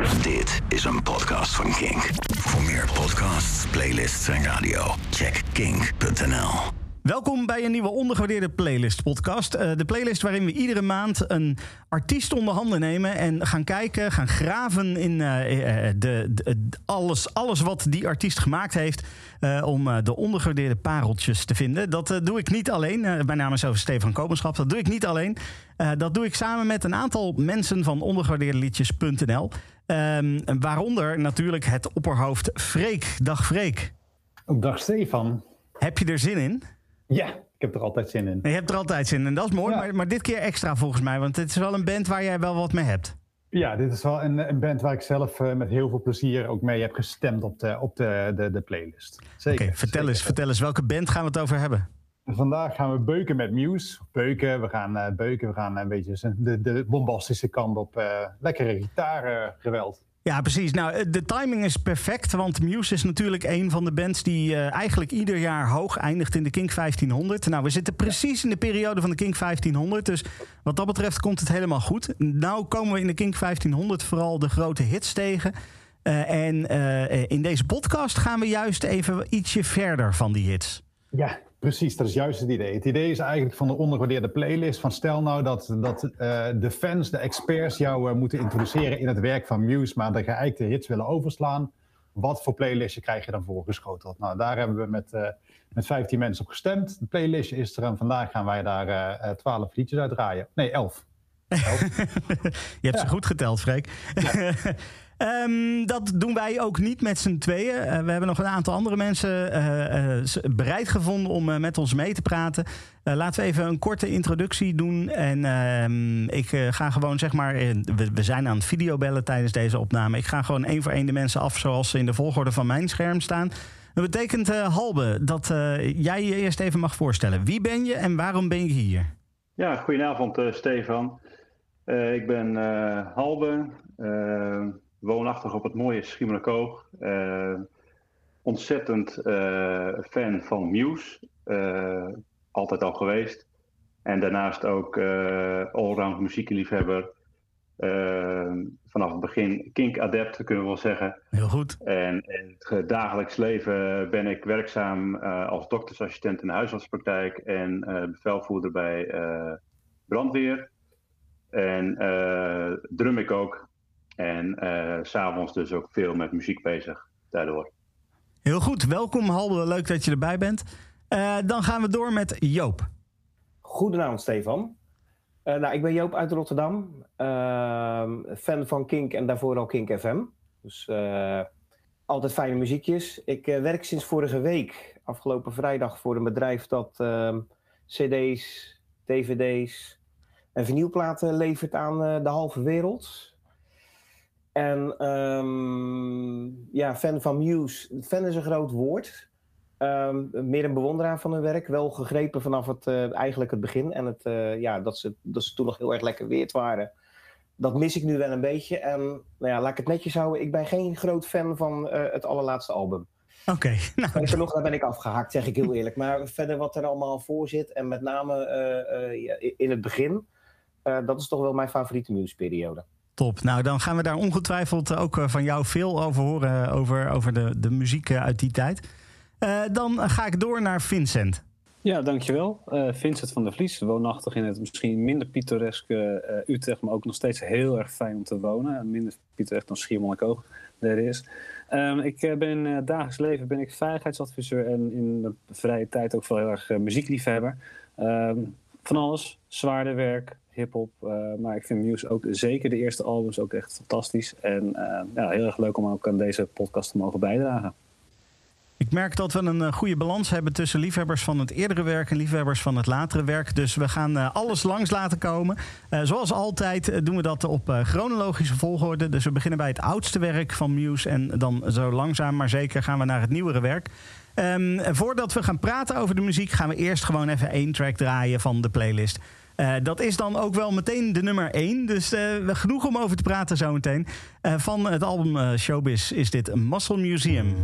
Dit is een podcast van Kink. Voor meer podcasts, playlists en radio, check kink.nl. Welkom bij een nieuwe ondergewaardeerde playlist podcast. De playlist waarin we iedere maand een artiest onder handen nemen en gaan kijken, gaan graven in alles wat die artiest gemaakt heeft om de ondergewaardeerde pareltjes te vinden. Dat doe ik niet alleen. Mijn naam is Stefan Komenschap. Dat doe ik niet alleen. Dat doe ik samen met een aantal mensen van ondergewaardeerdeliedjes.nl. Waaronder natuurlijk het opperhoofd Freek. Dag Freek. Dag Stefan. Heb je er zin in? Ja, ik heb er altijd zin in. Je hebt er altijd zin in en dat is mooi, ja. maar dit keer extra volgens mij. Want het is wel een band waar jij wel wat mee hebt. Ja, dit is wel een band waar ik zelf met heel veel plezier ook mee heb gestemd op de playlist. Zeker. Oké, vertel eens, welke band gaan we het over hebben? Vandaag gaan we beuken met Muse. We gaan een beetje de bombastische kant op. Lekkere gitaargeweld. Ja, precies. Nou, de timing is perfect, want Muse is natuurlijk een van de bands die eigenlijk ieder jaar hoog eindigt in de Kink 1500. Nou, we zitten precies in de periode van de Kink 1500, dus wat dat betreft komt het helemaal goed. Nou komen we in de Kink 1500 vooral de grote hits tegen. In deze podcast gaan we juist even ietsje verder van die hits. Ja, precies. Dat is juist het idee. Het idee is eigenlijk van de ondergewaardeerde playlist van stel nou dat de fans, de experts jou moeten introduceren in het werk van Muse, maar de geëikte hits willen overslaan. Wat voor playlistje krijg je dan voorgeschoteld? Nou, daar hebben we met 15 mensen op gestemd. Het playlistje is er en vandaag gaan wij daar 12 liedjes uit draaien. Nee, 11. Je hebt ze goed geteld, Freek. Ja. Dat doen wij ook niet met z'n tweeën. We hebben nog een aantal andere mensen bereid gevonden om met ons mee te praten. Laten we even een korte introductie doen. En ik ga gewoon, zeg maar, we zijn aan het videobellen tijdens deze opname. Ik ga gewoon één voor één de mensen af zoals ze in de volgorde van mijn scherm staan. Dat betekent, Halbe, dat jij je eerst even mag voorstellen. Wie ben je en waarom ben je hier? Ja, goedenavond Stefan. Ik ben Halbe. Woonachtig op het mooie Schiermonnikoog. Ontzettend fan van Muse. Altijd al geweest. En daarnaast ook allround muziekliefhebber. Vanaf het begin Kink-adept, kunnen we wel zeggen. Heel goed. En in het dagelijks leven ben ik werkzaam als doktersassistent in de huisartspraktijk. En bevelvoerder bij brandweer. En drum ik ook. En 's avonds dus ook veel met muziek bezig daardoor. Heel goed, welkom Halbe, leuk dat je erbij bent. Dan gaan we door met Joop. Goedenavond Stefan. Ik ben Joop uit Rotterdam. Fan van Kink en daarvoor al Kink FM. Dus altijd fijne muziekjes. Ik werk sinds vorige week, afgelopen vrijdag, voor een bedrijf dat cd's, dvd's en vinylplaten levert aan de halve wereld. En fan van Muse. Fan is een groot woord. Meer een bewonderaar van hun werk. Wel gegrepen vanaf eigenlijk het begin. En dat ze toen nog heel erg lekker weerd waren. Dat mis ik nu wel een beetje. En laat ik het netjes houden. Ik ben geen groot fan van het allerlaatste album. Oké. Daar ben ik afgehaakt, zeg ik heel eerlijk. Maar verder wat er allemaal voor zit. En met name in het begin. Dat is toch wel mijn favoriete Muse-periode. Top. Nou, dan gaan we daar ongetwijfeld ook van jou veel over horen. Over de muziek uit die tijd. Dan ga ik door naar Vincent. Ja, dankjewel. Vincent van der Vlies, woonachtig in het misschien minder pittoreske Utrecht, maar ook nog steeds heel erg fijn om te wonen. Minder pittoresk dan Schiermonnikoog er is. Ik ben in het dagelijks leven veiligheidsadviseur en in de vrije tijd ook veel heel erg muziekliefhebber. Van alles, zwaarder werk, hip-hop. Maar ik vind Muse ook zeker de eerste albums ook echt fantastisch. En heel erg leuk om ook aan deze podcast te mogen bijdragen. Ik merk dat we een goede balans hebben tussen liefhebbers van het eerdere werk en liefhebbers van het latere werk. Dus we gaan alles langs laten komen. Zoals altijd doen we dat op chronologische volgorde. Dus we beginnen bij het oudste werk van Muse en dan zo langzaam maar zeker gaan we naar het nieuwere werk. Voordat we gaan praten over de muziek gaan we eerst gewoon even 1 track draaien van de playlist. Dat is dan ook wel meteen de nummer 1. Dus genoeg om over te praten zometeen. Van het album Showbiz is dit Muscle Museum.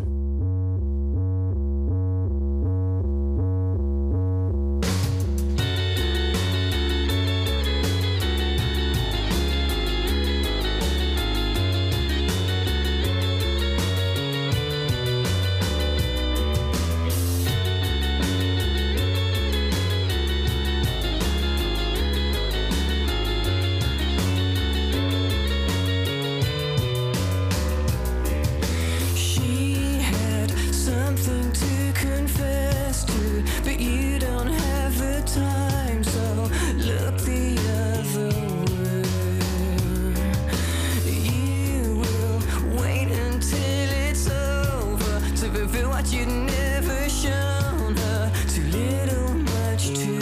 what you'd never shown her. Too little, much too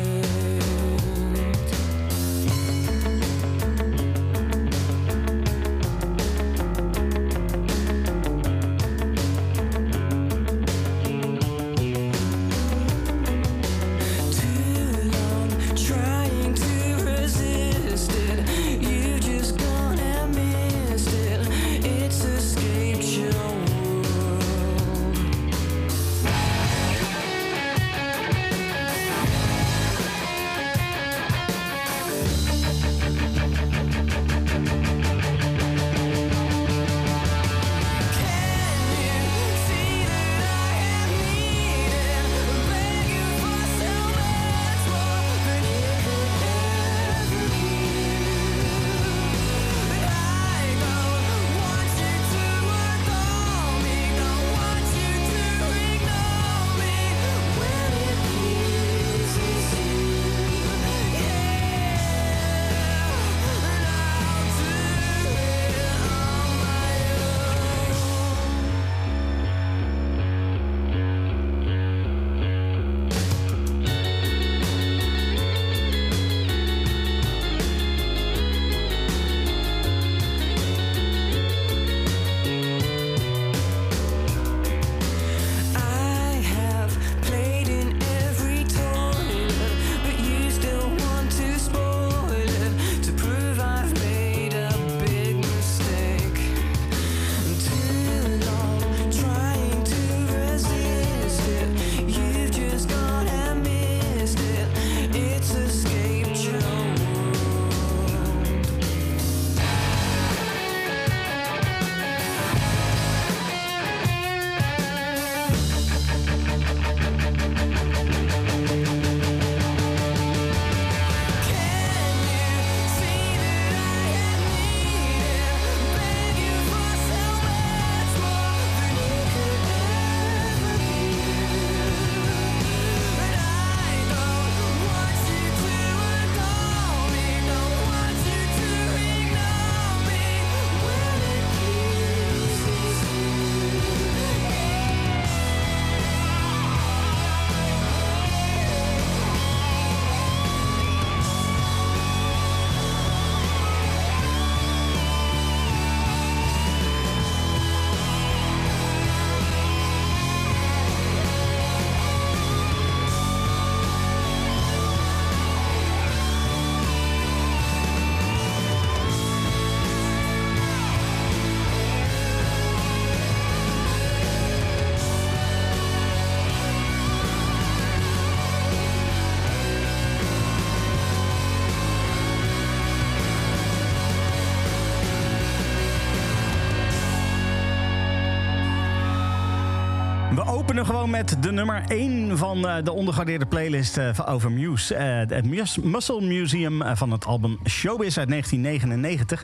We openen gewoon met de nummer 1 van de ondergewaardeerde playlist over Muse. Het Muscle Museum van het album Showbiz uit 1999.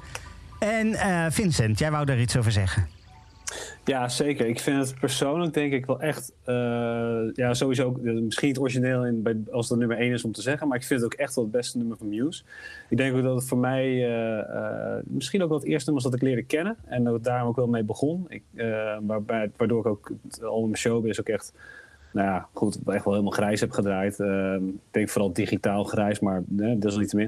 En Vincent, jij wou daar iets over zeggen. Ja, zeker. Ik vind het persoonlijk denk ik wel echt... sowieso ook, misschien niet origineel als het nummer 1 is om te zeggen... maar ik vind het ook echt wel het beste nummer van Muse. Ik denk ook dat het voor mij misschien ook wel het eerste nummer was dat ik leerde kennen... en dat ik daarom ook wel mee begon. Waardoor ik ook het album Showbiz ook echt... Nou ja, goed, echt wel helemaal grijs heb gedraaid. Ik denk vooral digitaal grijs, maar desalniettemin.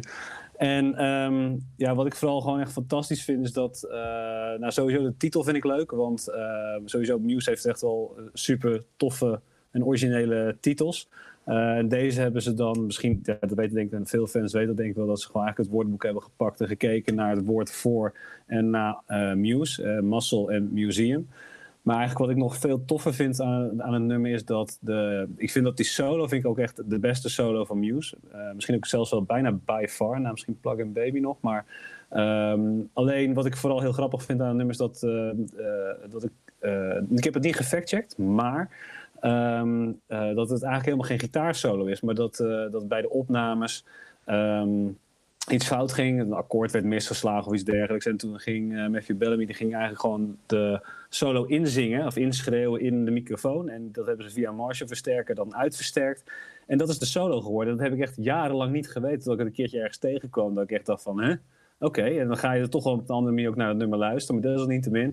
En wat ik vooral gewoon echt fantastisch vind is dat... sowieso de titel vind ik leuk, want sowieso Muse heeft echt wel super toffe en originele titels. En deze hebben ze dan misschien, dat weten denk ik, en veel fans weten dat denk ik wel, dat ze gewoon eigenlijk het woordenboek hebben gepakt en gekeken naar het woord voor en na Muse, Muscle en Museum. Maar eigenlijk wat ik nog veel toffer vind aan het nummer is dat ik vind dat die solo vind ik ook echt de beste solo van Muse. Misschien ook zelfs wel bijna by far, misschien Plug and Baby nog. Maar alleen wat ik vooral heel grappig vind aan het nummer is dat ik heb het niet gefactcheckt, maar dat het eigenlijk helemaal geen gitaarsolo is. Maar dat bij de opnames iets fout ging. Een akkoord werd misgeslagen of iets dergelijks. En toen ging Matthew Bellamy eigenlijk gewoon de solo inzingen of inschreeuwen in de microfoon. En dat hebben ze via een Marshall versterker dan uitversterkt. En dat is de solo geworden. Dat heb ik echt jarenlang niet geweten. Tot ik het een keertje ergens tegenkwam. Dat ik echt dacht van, Oké. En dan ga je er toch wel op een andere manier ook naar het nummer luisteren. Maar desalniettemin,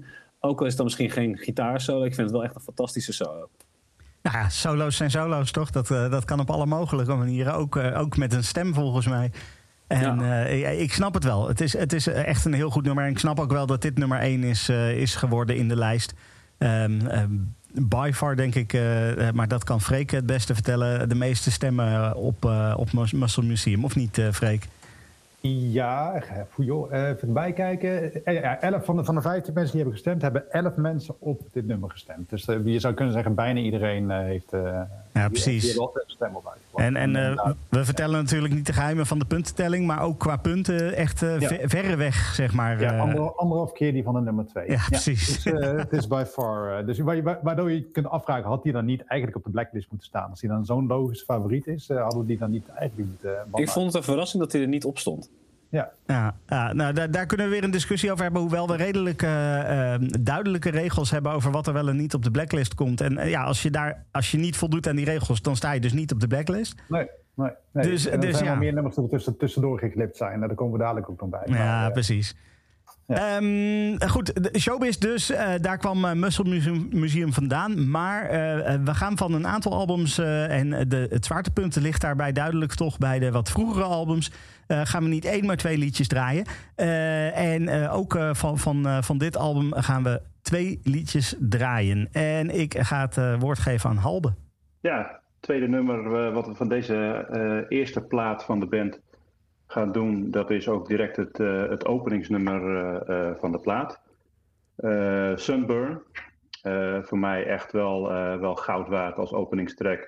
Ook al is het dan misschien geen gitaarsolo, ik vind het wel echt een fantastische solo. Nou ja, solo's zijn solo's toch? Dat kan op alle mogelijke manieren. Ook met een stem volgens mij. En ik snap het wel. Het is echt een heel goed nummer. En ik snap ook wel dat dit nummer 1 is geworden in de lijst. By far denk ik, maar dat kan Freek het beste vertellen, de meeste stemmen op Muscle Museum. Of niet, Freek? Ja, even bijkijken. 11 van de 15 mensen die hebben gestemd, hebben 11 mensen op dit nummer gestemd. Dus je zou kunnen zeggen, bijna iedereen heeft precies. wel een stem op uitgebracht. En we vertellen natuurlijk niet de geheimen van de puntentelling, maar ook qua punten echt verre weg, zeg maar. Ja, anderhalf keer die van de nummer 2. Ja, precies. Het is by far. Dus waardoor je kunt afvragen, had die dan niet eigenlijk op de blacklist moeten staan? Als die dan zo'n logische favoriet is, hadden we die dan niet eigenlijk moeten ik vond het een verrassing dat hij er niet op stond. Ja. Nou, daar kunnen we weer een discussie over hebben. Hoewel we redelijk duidelijke regels hebben over wat er wel en niet op de blacklist komt. En als je niet voldoet aan die regels, dan sta je dus niet op de blacklist. Nee. Dus er zijn wel meer nummers die er tussendoor geklipt zijn. Daar komen we dadelijk ook nog bij. Ja, precies. Ja. Goed, de Showbiz dus. Daar kwam Muscle Museum vandaan. Maar we gaan van een aantal albums... en het zwaartepunt ligt daarbij duidelijk toch bij de wat vroegere albums... gaan we niet 1, maar 2 liedjes draaien. Ook van dit album gaan we 2 liedjes draaien. En ik ga het woord geven aan Halbe. Ja, tweede nummer wat we van deze eerste plaat van de band gaan doen, dat is ook direct het openingsnummer van de plaat. Sunburn. Voor mij echt wel goud waard als openingstrack.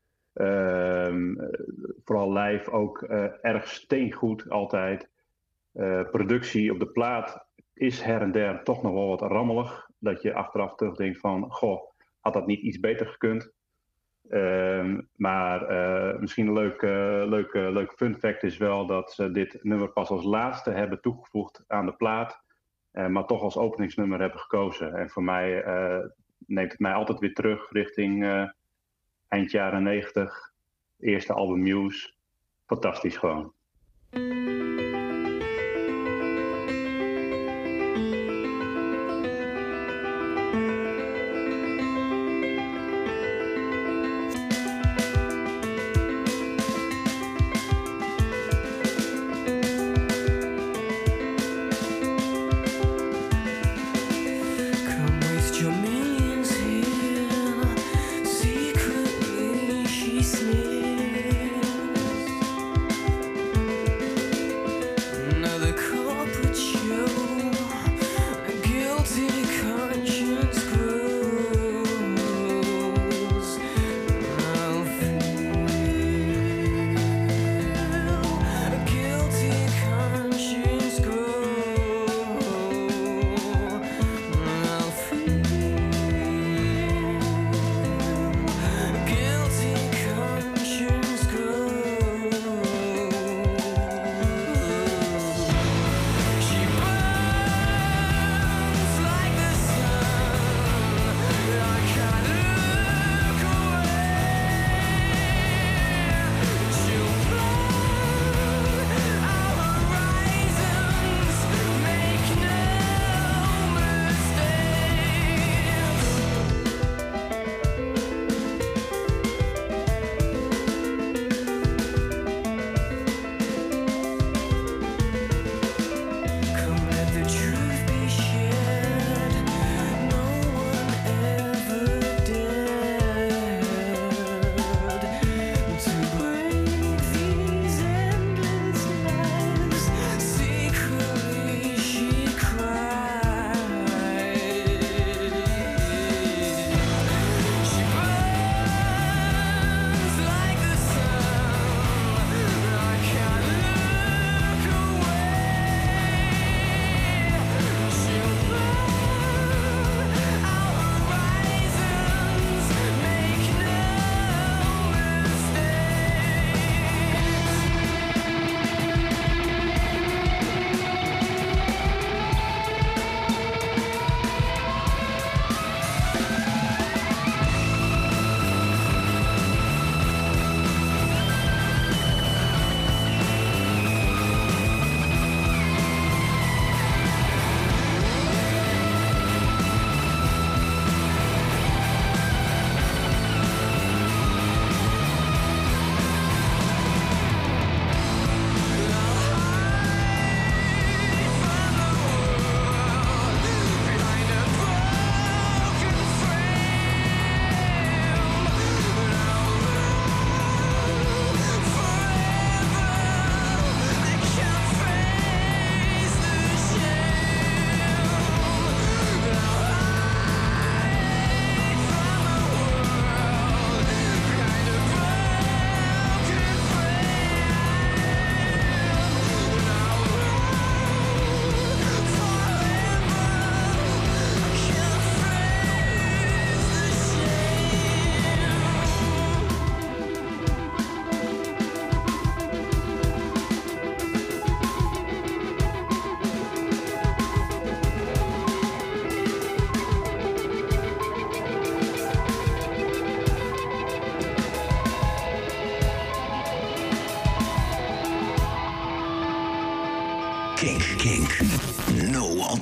Vooral live ook erg steengoed altijd. Productie op de plaat is her en der toch nog wel wat rammelig. Dat je achteraf terugdenkt van, goh, had dat niet iets beter gekund? Maar misschien een leuk fun fact is wel dat ze dit nummer pas als laatste hebben toegevoegd aan de plaat. Maar toch als openingsnummer hebben gekozen. En voor mij neemt het mij altijd weer terug richting eind jaren 90. Eerste album Muse. Fantastisch gewoon. Secretly she sneers.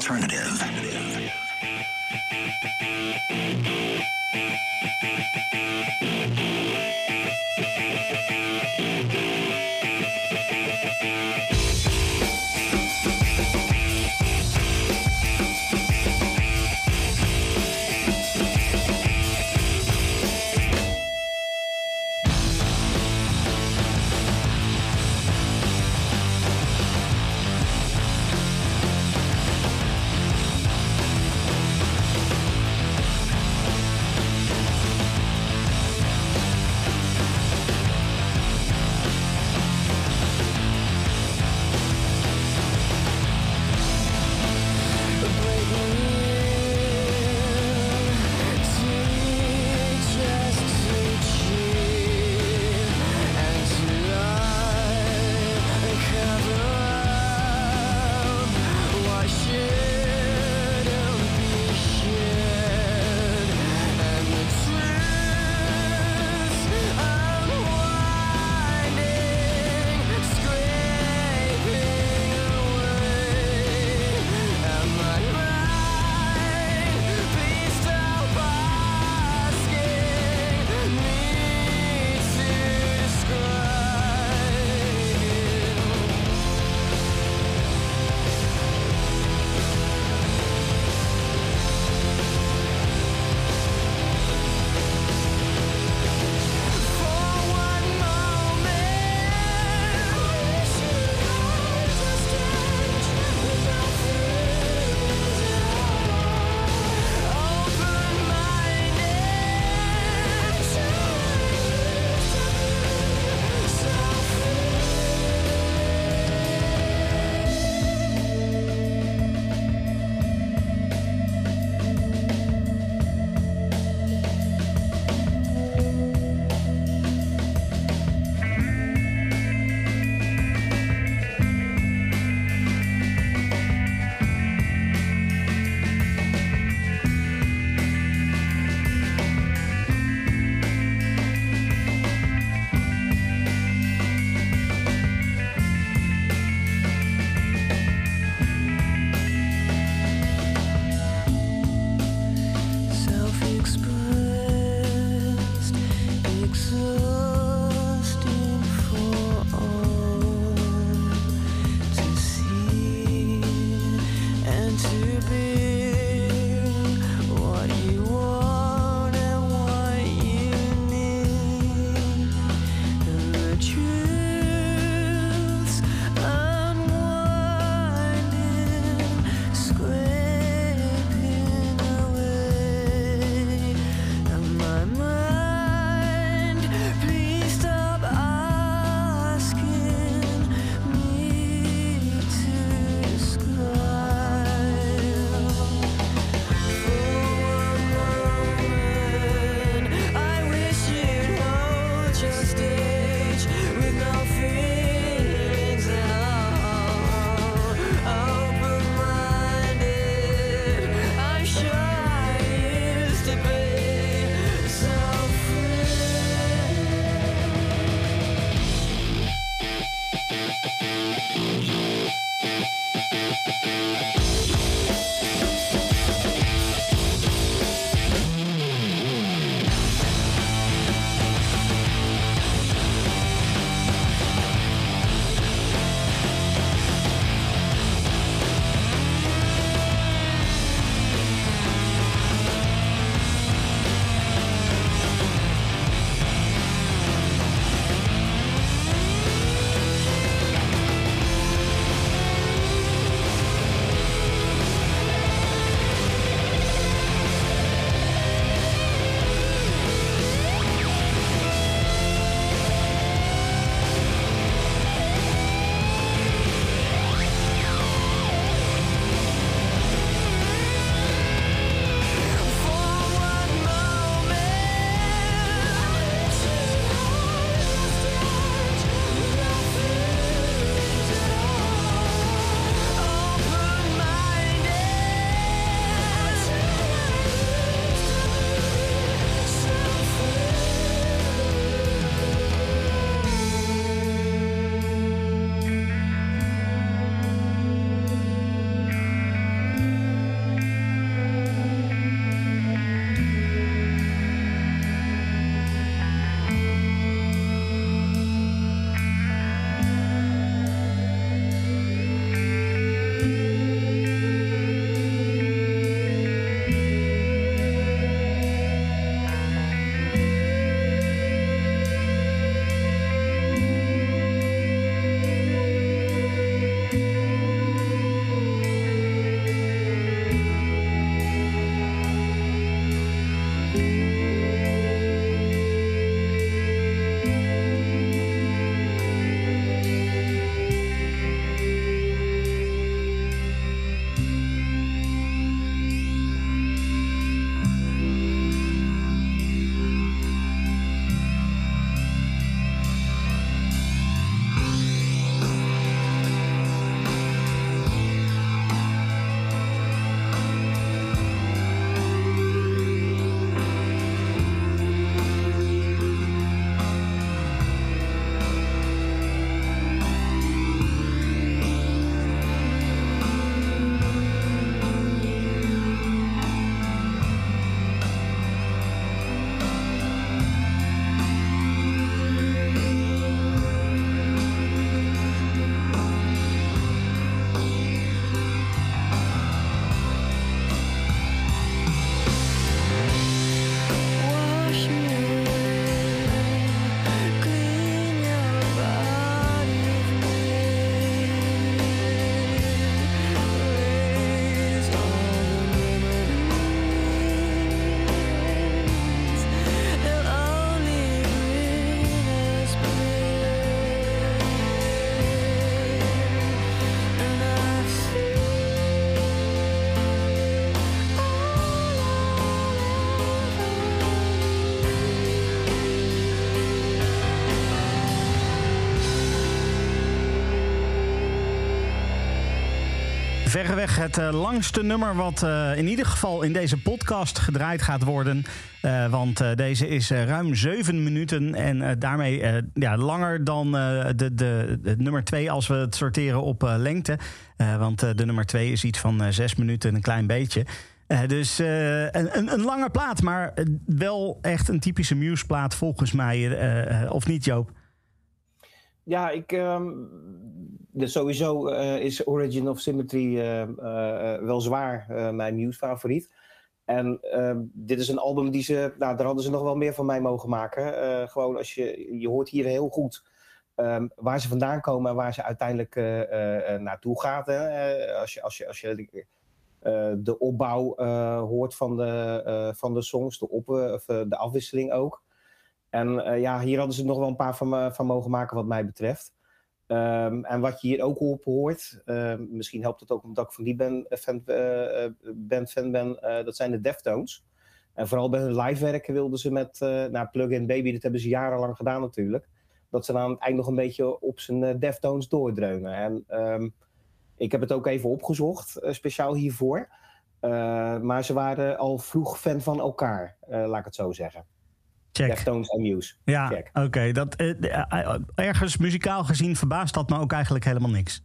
alternative. Verreweg het langste nummer wat in ieder geval in deze podcast gedraaid gaat worden. Want deze is ruim 7 minuten en daarmee langer dan de nummer 2 als we het sorteren op lengte. Want de nummer 2 is iets van 6 minuten, een klein beetje. Dus een lange plaat, maar wel echt een typische Muse-plaat volgens mij. Of niet, Joop? Ja, dus sowieso is Origin of Symmetry wel zwaar mijn Muse-favoriet. En dit is een album die daar hadden ze nog wel meer van mij mogen maken. Gewoon als je hoort hier heel goed waar ze vandaan komen en waar ze uiteindelijk naartoe gaat. Als je de opbouw hoort van de songs, de afwisseling ook. En hier hadden ze nog wel een paar van mogen maken wat mij betreft. En wat je hier ook op hoort, misschien helpt het ook omdat ik van die band fan ben, dat zijn de Deftones. En vooral bij hun live werken wilden ze met Plug-in Baby, dat hebben ze jarenlang gedaan natuurlijk, dat ze aan het eind nog een beetje op zijn Deftones doordreunen. En ik heb het ook even opgezocht, speciaal hiervoor. Maar ze waren al vroeg fan van elkaar, laat ik het zo zeggen. Check. Deftones en Muse. Ja, oké. Ergens muzikaal gezien verbaast dat me ook eigenlijk helemaal niks.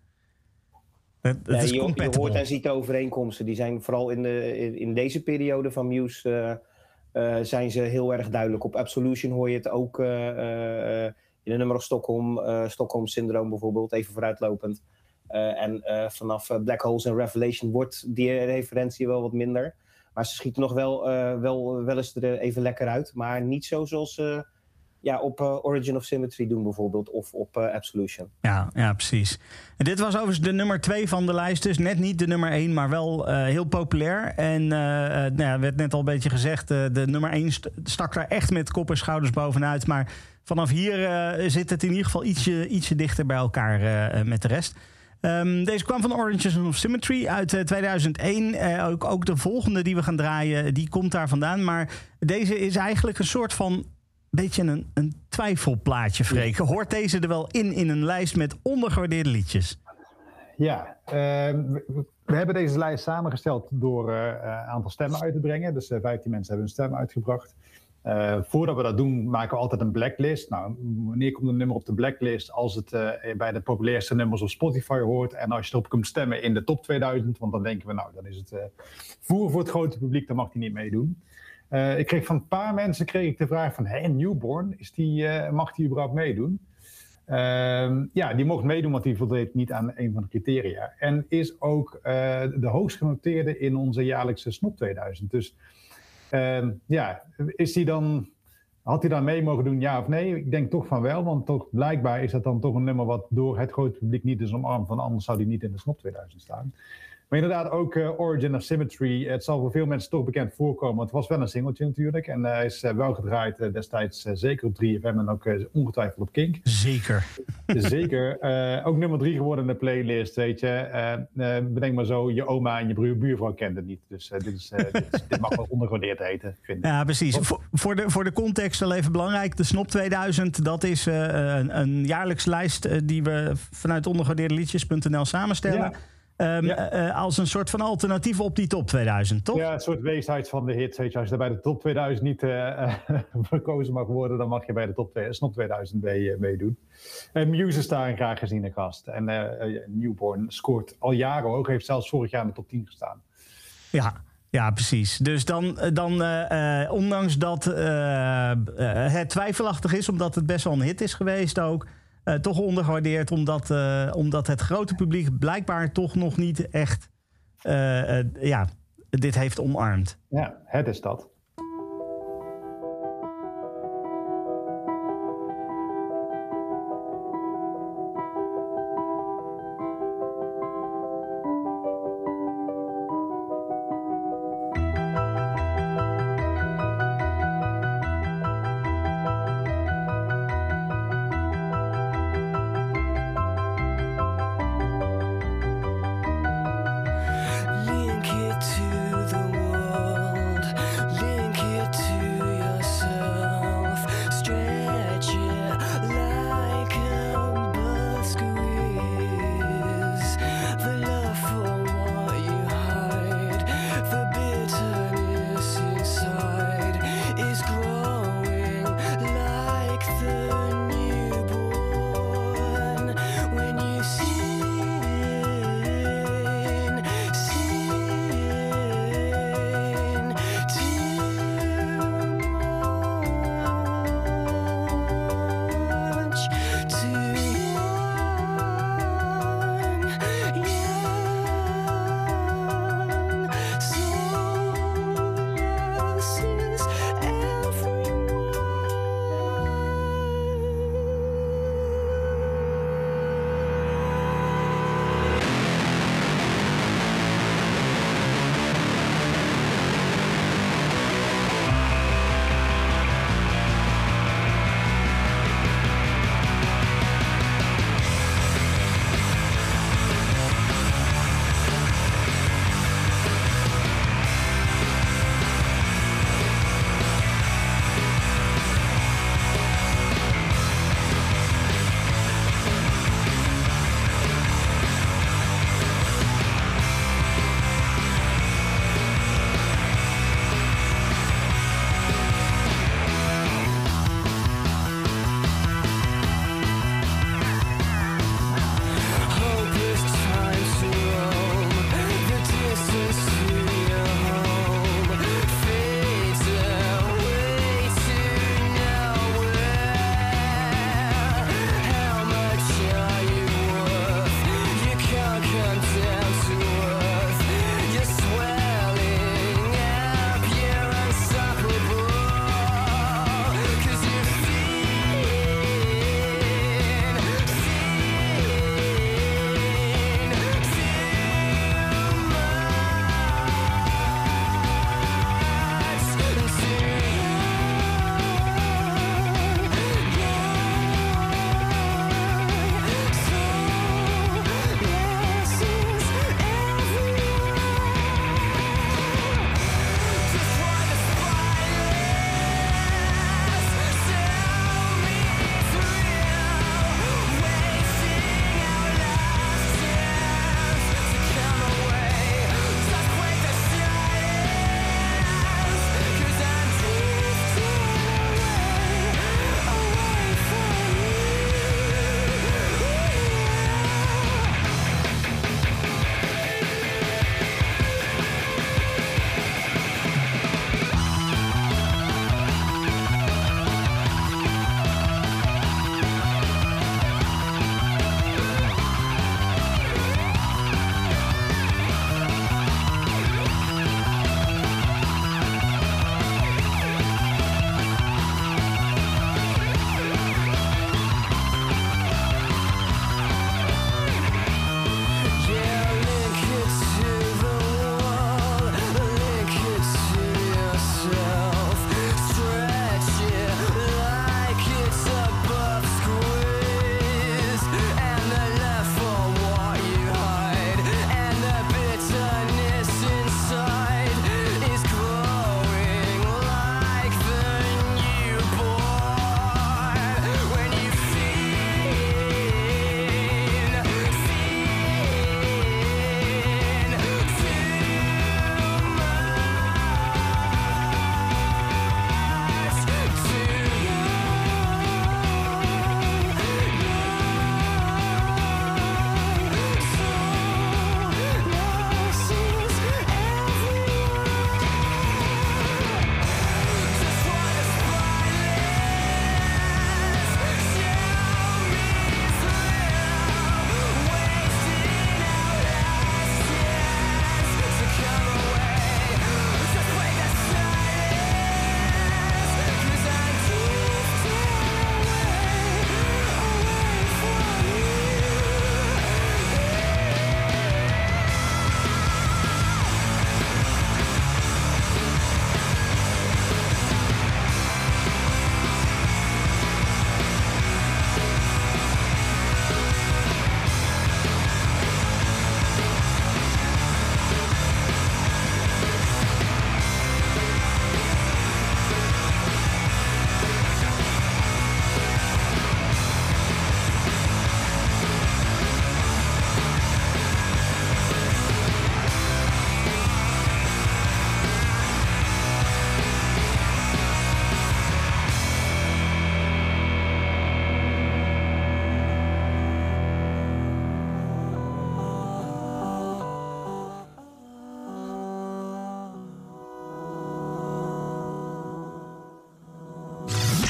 Je hoort en ziet de overeenkomsten. Die zijn vooral in deze periode van Muse zijn ze heel erg duidelijk. Op Absolution hoor je het ook in de nummer of Stockholm Syndrome bijvoorbeeld, even vooruitlopend. En vanaf Black Holes en Revelation wordt die referentie wel wat minder. Maar ze schieten nog wel eens er even lekker uit. Maar niet zo zoals ze op Origin of Symmetry doen bijvoorbeeld. Of op Absolution. Ja, precies. En dit was overigens de nummer 2 van de lijst. Dus net niet de nummer 1, maar wel heel populair. En werd net al een beetje gezegd. De nummer 1 stak daar echt met kop en schouders bovenuit. Maar vanaf hier zit het in ieder geval ietsje dichter bij elkaar met de rest. Deze kwam van Origin of Symmetry uit 2001. Ook de volgende die we gaan draaien, die komt daar vandaan. Maar deze is eigenlijk een soort van beetje een twijfelplaatje, Freek. Hoort deze er wel in een lijst met ondergewaardeerde liedjes? Ja, we hebben deze lijst samengesteld door een aantal stemmen uit te brengen. Dus 15 mensen hebben hun stem uitgebracht. Voordat we dat doen, maken we altijd een blacklist. Nou, wanneer komt een nummer op de blacklist? Als het bij de populairste nummers op Spotify hoort. En als je erop kunt stemmen in de top 2000. Want dan denken we, dan is het voer voor het grote publiek. Dan mag die niet meedoen. Ik kreeg van een paar mensen de vraag van... Newborn, mag die überhaupt meedoen? Die mocht meedoen, want die voldeed niet aan een van de criteria. En is ook de hoogst genoteerde in onze jaarlijkse Snop 2000. Dus... had hij dan mee mogen doen, ja of nee? Ik denk toch van wel, want toch blijkbaar is dat dan toch een nummer wat door het grote publiek niet is omarmd, van anders zou die niet in de Snop 2000 staan. Maar inderdaad ook Origin of Symmetry, het zal voor veel mensen toch bekend voorkomen, want het was wel een singeltje natuurlijk en hij is wel gedraaid destijds zeker op 3FM en ook ongetwijfeld op Kink. Zeker. Zeker. Ook nummer 3 geworden in de playlist, weet je. Bedenk maar zo, je oma en je buurvrouw kent het niet. Dus dit mag wel ondergewaardeerd heten, vind ik. Ja, precies. Voor de context wel even belangrijk. De Snop 2000, dat is een jaarlijks lijst die we vanuit ondergewaardeerdeliedjes.nl samenstellen. Ja. Als een soort van alternatief op die top 2000, toch? Ja, een soort weesheid van de hits. Weet je, als je bij de top 2000 niet verkozen mag worden, dan mag je bij de Snop 2000 meedoen. Muse is daarin graag gezien een gast. En Newborn scoort al jaren hoog, heeft zelfs vorig jaar in de top 10 gestaan. Ja, precies. Dus dan ondanks dat het twijfelachtig is, omdat het best wel een hit is geweest ook... toch ondergewaardeerd, omdat het grote publiek blijkbaar toch nog niet echt dit heeft omarmd. Ja, het is dat. Link it to the world.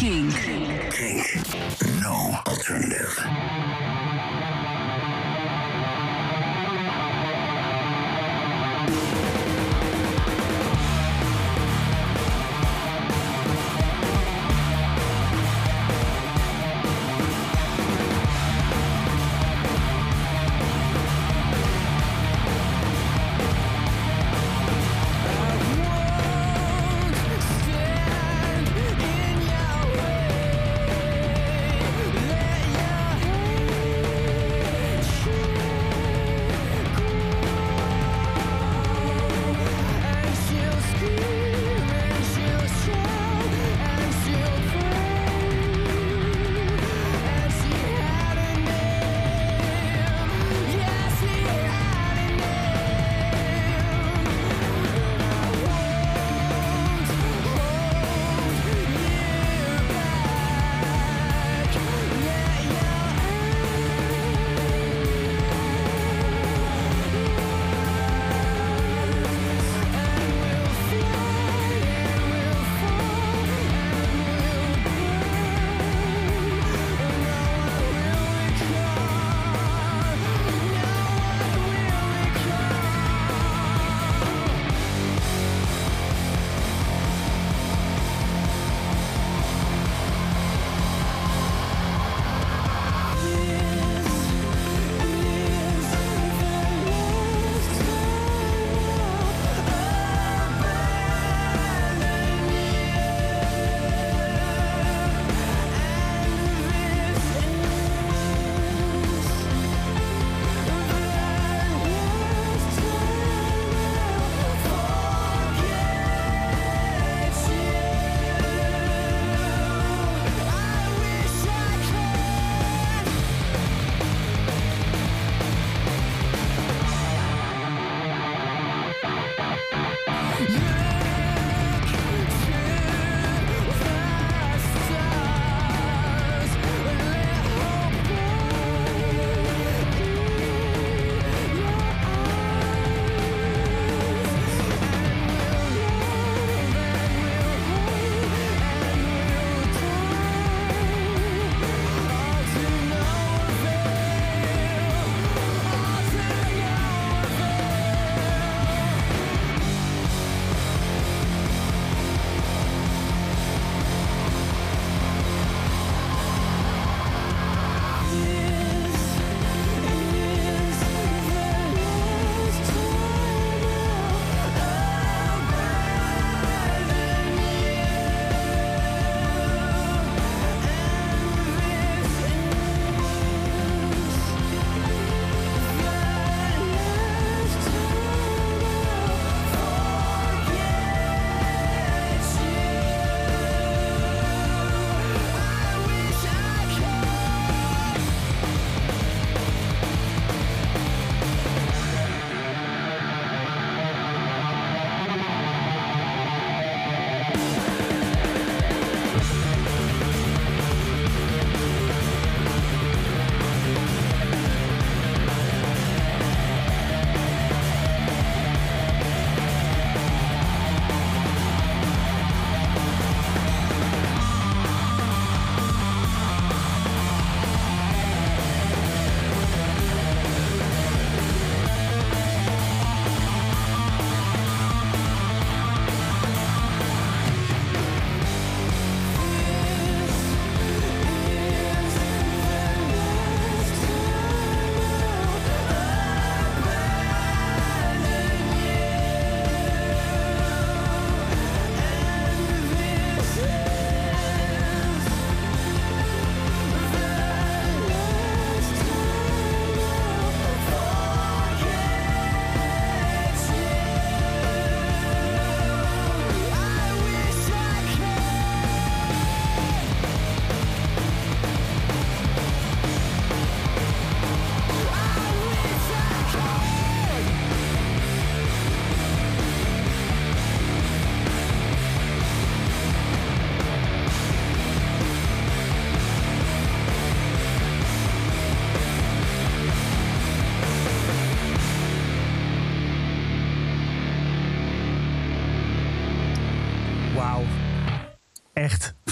Kink. Kink. No alternative.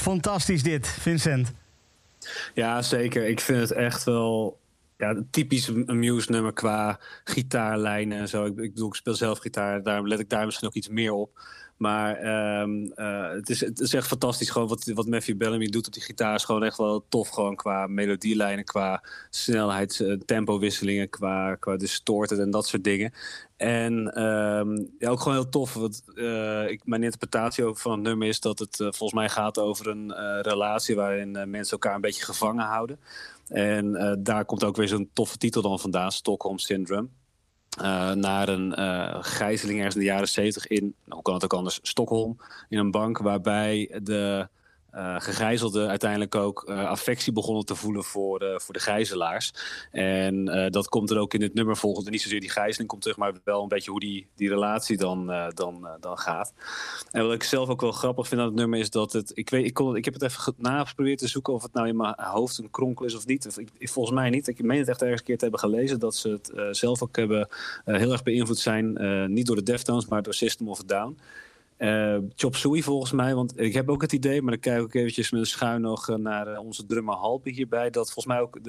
fantastisch dit, Vincent. Ja, zeker. Ik vind het echt wel typisch een Muse-nummer qua gitaarlijnen en zo. Ik bedoel, ik speel zelf gitaar, daarom let ik daar misschien ook iets meer op. Maar het is echt fantastisch gewoon wat Matthew Bellamy doet op die gitaar. Is gewoon echt wel tof gewoon qua melodielijnen, qua snelheid, tempowisselingen, qua distorted en dat soort dingen. En ook gewoon heel tof. Mijn interpretatie ook van het nummer is dat het volgens mij gaat over een relatie waarin mensen elkaar een beetje gevangen houden. En daar komt ook weer zo'n toffe titel dan vandaan, Stockholm Syndrome. Naar een gijzeling ergens in de jaren 70 in, hoe kan het ook anders, Stockholm, in een bank waarbij de gegijzelden uiteindelijk ook affectie begonnen te voelen voor de gijzelaars. En dat komt er ook in het nummer volgens. Niet zozeer die gijzeling komt terug, maar wel een beetje hoe die relatie dan gaat. En wat ik zelf ook wel grappig vind aan het nummer is dat het... Ik heb het even geprobeerd te zoeken of het nou in mijn hoofd een kronkel is of niet. Volgens mij niet. Ik meen het echt ergens een keer te hebben gelezen dat ze het zelf ook hebben heel erg beïnvloed zijn. Niet door de Deftones, maar door System of a Down. Chop Suey volgens mij, want ik heb ook het idee, maar dan kijk ik ook eventjes met een schuin nog naar onze drummer Halpe hierbij, dat volgens mij ook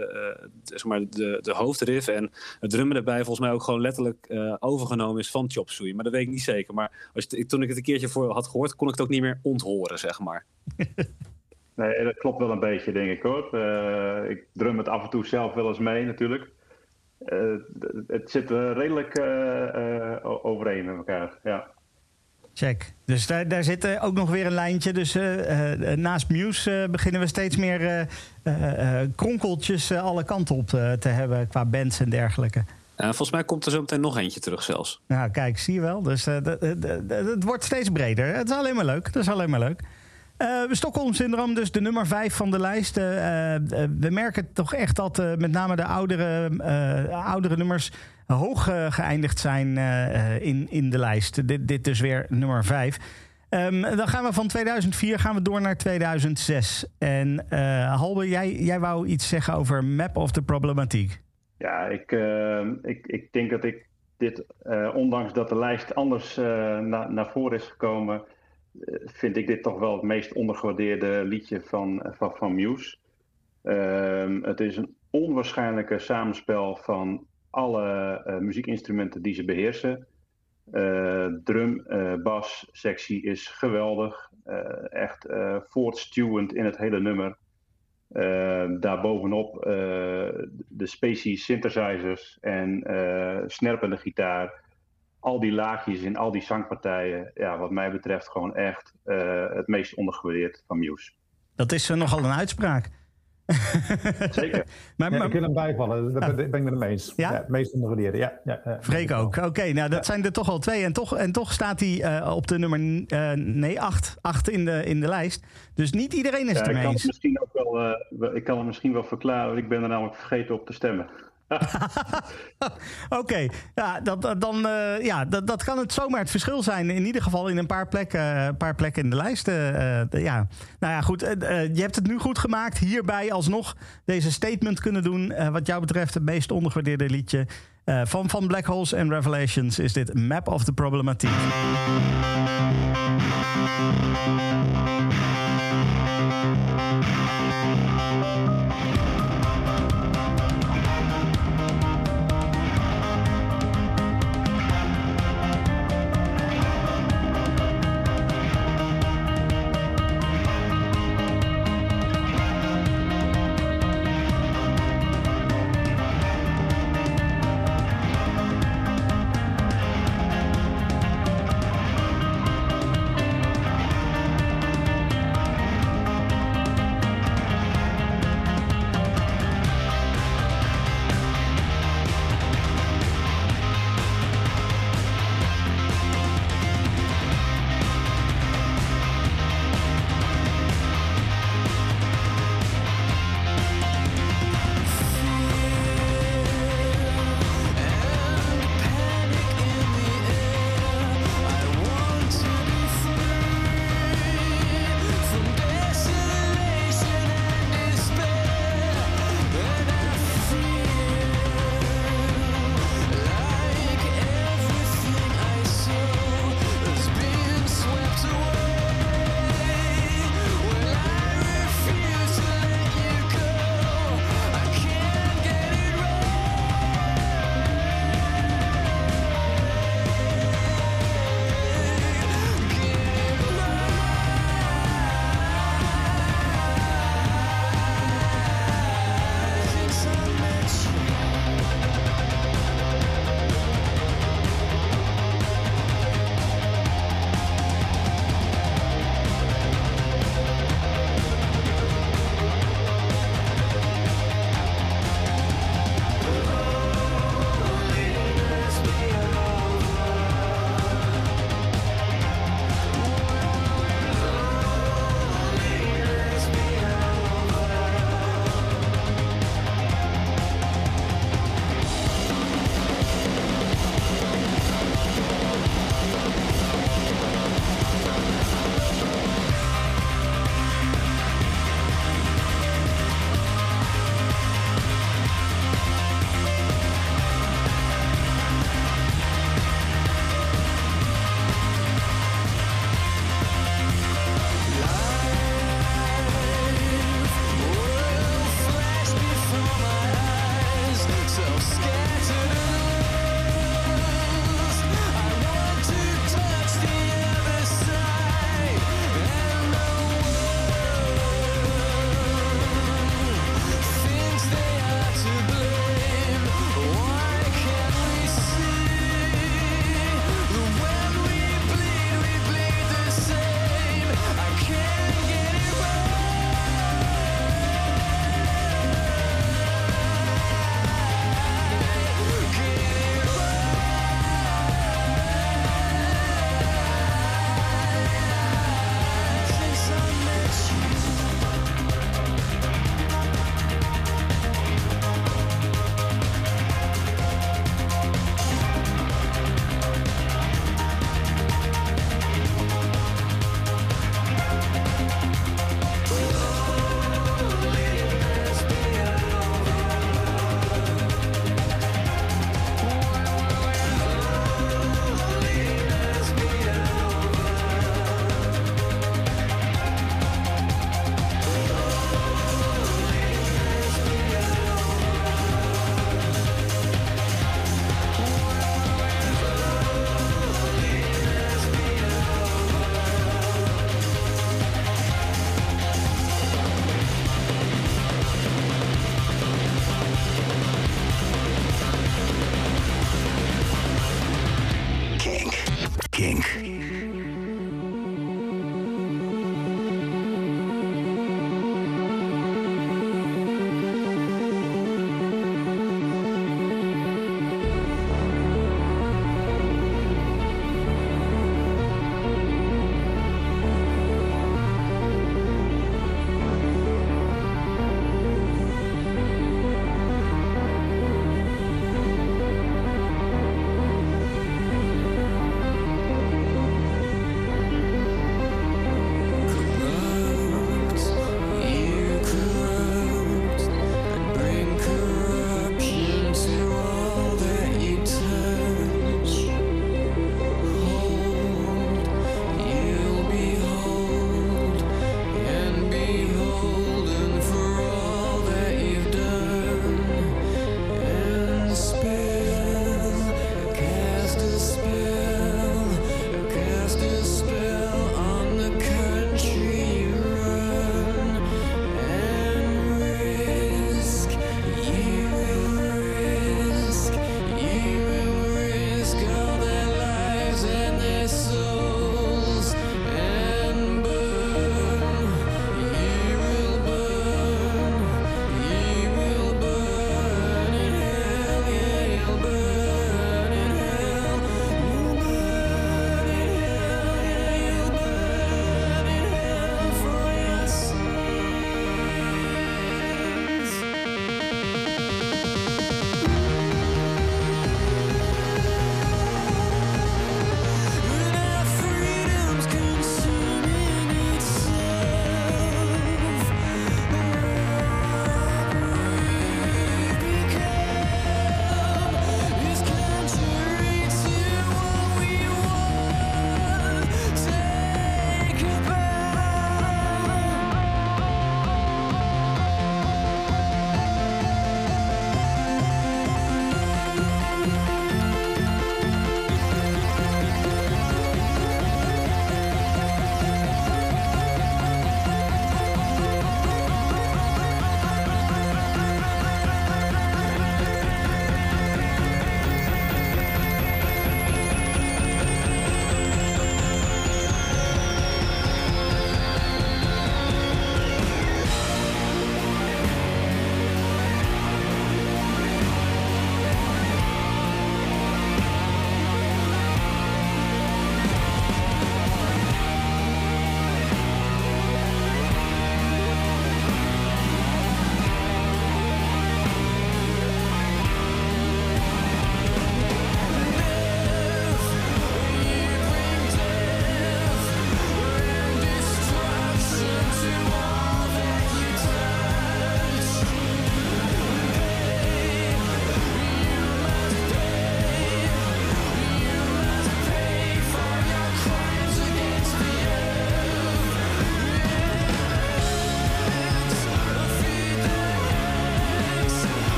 de hoofdriff en het drummen daarbij volgens mij ook gewoon letterlijk overgenomen is van Chop Suey. Maar dat weet ik niet zeker. Maar toen ik het een keertje voor had gehoord, kon ik het ook niet meer onthoren, zeg maar. Nee, dat klopt wel een beetje, denk ik hoor. Ik drum het af en toe zelf wel eens mee natuurlijk. Het zit redelijk overeen met elkaar, ja. Check. Dus daar zit ook nog weer een lijntje. Dus naast Muse beginnen we steeds meer kronkeltjes alle kanten op te hebben qua bands en dergelijke. Volgens mij komt er zo meteen nog eentje terug zelfs. Nou, kijk, zie je wel. Dus het wordt steeds breder. Het is alleen maar leuk. Dat is alleen maar leuk. Stockholm Syndrome, dus de nummer 5 van de lijst. We merken toch echt dat met name de oudere nummers hoog geëindigd zijn in de lijst. Dit dus weer nummer 5. Dan gaan we van 2004 door naar 2006. En Halbe, jij wou iets zeggen over Map of the Problematiek. Ja, ik denk dat ik dit, ondanks dat de lijst anders naar voren is gekomen, vind ik dit toch wel het meest ondergewaardeerde liedje van Muse. Het is een onwaarschijnlijke samenspel van alle muziekinstrumenten die ze beheersen. Drum, bas, sectie is geweldig. Echt voortstuwend in het hele nummer. Daarbovenop de spacey synthesizers en snerpende gitaar. Al die laagjes in al die zangpartijen. Ja, wat mij betreft gewoon echt het meest ondergewaardeerd van Muse. Dat is nogal een uitspraak. Zeker. maar ik wil hem bijvallen, daar ben ik met hem eens. Ja? Ja, het meest ondergewaardeerde, ja. Freek ook. Oké, nou dat zijn er toch al 2. En toch staat hij op de nummer 8 in de lijst. Dus niet iedereen is het ermee eens. Ik kan het misschien wel verklaren, want ik ben er namelijk vergeten op te stemmen. Oké, ja, dat kan het zomaar het verschil zijn. In ieder geval in een paar plekken in de lijst. Ja. Nou ja, goed. Je hebt het nu goed gemaakt. Hierbij alsnog deze statement kunnen doen. Wat jou betreft het meest ondergewaardeerde liedje van Black Holes and Revelations is dit Map of the Problematiek.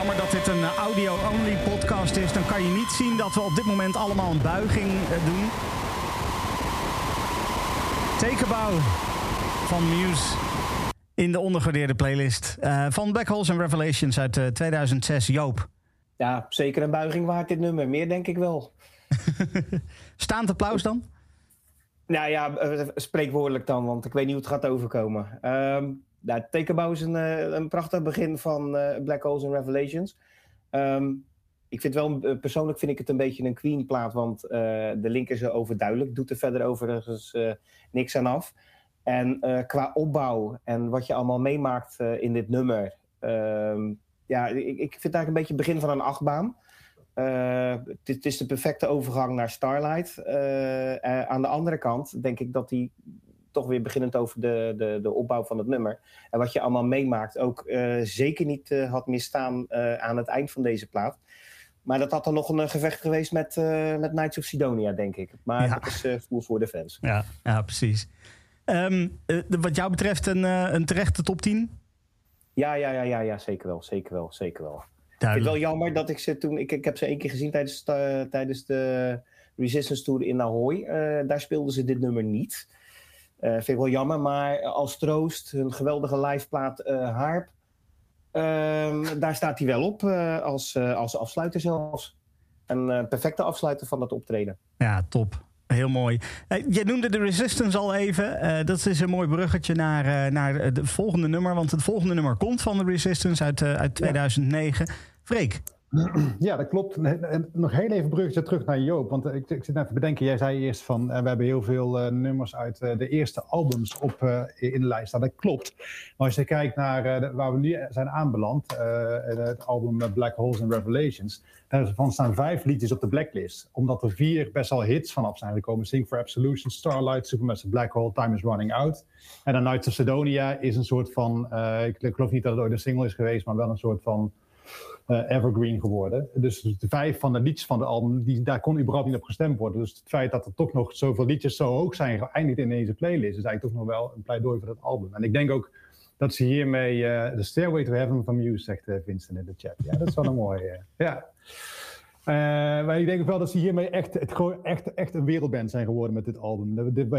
Jammer dat dit een audio-only podcast is. Dan kan je niet zien dat we op dit moment allemaal een buiging doen. Tekenbouw van Muse in de ondergewaardeerde playlist van Black Holes and Revelations uit 2006. Joop. Ja, zeker een buiging waard dit nummer. Meer denk ik wel. Staand applaus dan? Nou ja, spreekwoordelijk dan, want ik weet niet hoe het gaat overkomen. Tekenbouw is een prachtig begin van Black Holes and Revelations. Ik vind wel, persoonlijk vind ik het een beetje een Queen-plaat, want de link is overduidelijk. Doet er verder overigens niks aan af. En qua opbouw en wat je allemaal meemaakt in dit nummer. Ik vind het eigenlijk een beetje het begin van een achtbaan. Het is de perfecte overgang naar Starlight. Aan de andere kant denk ik dat die toch weer beginnend over de opbouw van het nummer. En wat je allemaal meemaakt ook zeker niet had misstaan aan het eind van deze plaat. Maar dat had dan nog een gevecht geweest met Knights of Sidonia, denk ik. Maar dat is voer voor de fans. Ja, precies. Wat jou betreft een terechte top 10? Ja, zeker wel. Ik vind het wel jammer dat ik ze toen... Ik heb ze 1 keer gezien tijdens de Resistance Tour in Ahoy. Daar speelden ze dit nummer niet. Vind ik wel jammer, maar als troost, hun geweldige liveplaat Harp... daar staat hij wel op als afsluiter zelfs. Een perfecte afsluiter van het optreden. Ja, top. Heel mooi. Jij noemde de Resistance al even. Dat is een mooi bruggetje naar het volgende nummer. Want het volgende nummer komt van de Resistance uit 2009. Freek. Ja, dat klopt. En nog heel even bruggetje terug naar Joop. Want ik zit net te bedenken, jij zei eerst van... we hebben heel veel nummers uit de eerste albums in de lijst staan. Dat klopt. Maar als je kijkt naar waar we nu zijn aanbeland... het album Black Holes and Revelations... daarvan staan 5 liedjes op de blacklist. Omdat er 4 best wel hits vanaf zijn gekomen. Sing for Absolution, Starlight, Supermassive Black Hole, Time is Running Out. En dan Knights of Sidonia is een soort van... ik geloof niet dat het ooit een single is geweest... maar wel een soort van... evergreen geworden. Dus de 5 van de liedjes van de album, daar kon überhaupt niet op gestemd worden. Dus het feit dat er toch nog zoveel liedjes zo hoog zijn geëindigd in deze playlist, is eigenlijk toch nog wel een pleidooi voor dat album. En ik denk ook dat ze hiermee de Stairway to Heaven van Muse, zegt Vincent in de chat. Ja, dat is wel een mooie. Ja. Maar ik denk ook wel dat ze hiermee echt een wereldband zijn geworden met dit album.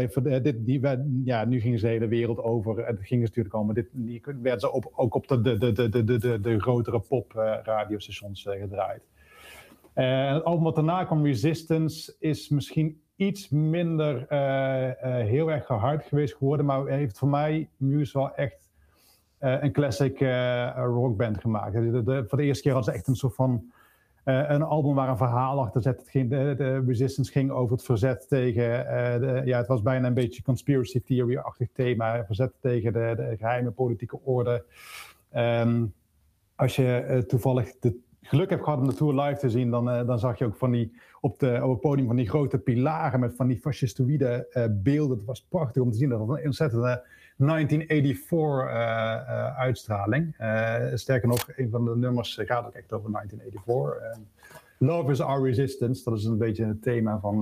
Nu gingen ze de hele wereld over. Het gingen ze natuurlijk al, maar die werden ze ook op de grotere pop radiostations gedraaid. Het album wat daarna kwam, Resistance, is misschien iets minder heel erg gehyped geweest geworden, maar heeft voor mij Muse wel echt een classic rockband gemaakt. Voor de eerste keer hadden ze echt een soort van een album waar een verhaal achter zat. De Resistance ging over het verzet tegen... het was bijna een beetje conspiracy theory-achtig thema. Verzet tegen de geheime politieke orde. Als je toevallig het geluk hebt gehad om de tour live te zien... dan zag je ook op het podium van die grote pilaren... met van die fascistoïde beelden. Het was prachtig om te zien. Dat was een ontzettende 1984 uitstraling. Sterker nog, een van de nummers gaat ook echt over 1984. Love is our resistance. Dat is een beetje het thema van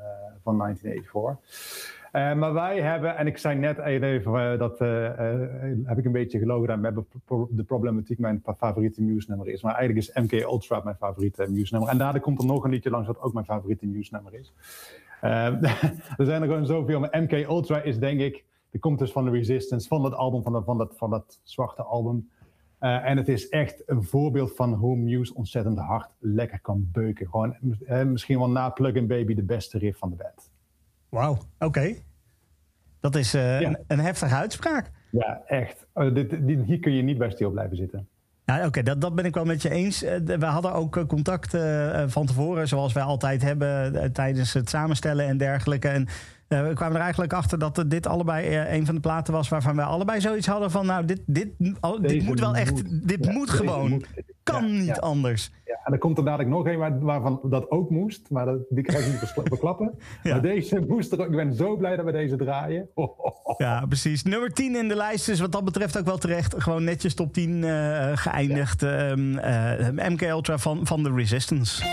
1984. Maar wij hebben, en ik zei net even, dat heb ik een beetje gelogen gedaan. We hebben de problematiek mijn favoriete Muse-nummer is. Maar eigenlijk is MK Ultra mijn favoriete Muse-nummer. En daardoor komt er nog een liedje langs dat ook mijn favoriete Muse-nummer is. Er zijn er gewoon zoveel. Maar MK Ultra is denk ik, die komt dus van de Resistance, van dat album, van dat zwarte album. En het is echt een voorbeeld van hoe Muse ontzettend hard lekker kan beuken. Gewoon misschien wel na Plug-in Baby de beste riff van de band. Wauw, oké. Dat is een heftige uitspraak. Ja, echt. Hier kun je niet bij stil blijven zitten. Ja, oké, dat ben ik wel met je eens. We hadden ook contact van tevoren, zoals wij altijd hebben tijdens het samenstellen en dergelijke. En we kwamen er eigenlijk achter dat dit allebei een van de platen was waarvan wij allebei zoiets hadden van, nou, dit moet wel echt, dit moet gewoon. Kan niet anders. Ja, en er komt er dadelijk nog een waarvan dat ook moest, maar die krijg ik niet verklappen. Ja. Maar deze moest er ook. Ik ben zo blij dat we deze draaien. Ja, precies. Nummer 10 in de lijst is wat dat betreft ook wel terecht. Gewoon netjes top 10 geëindigd. MK Ultra van The Resistance.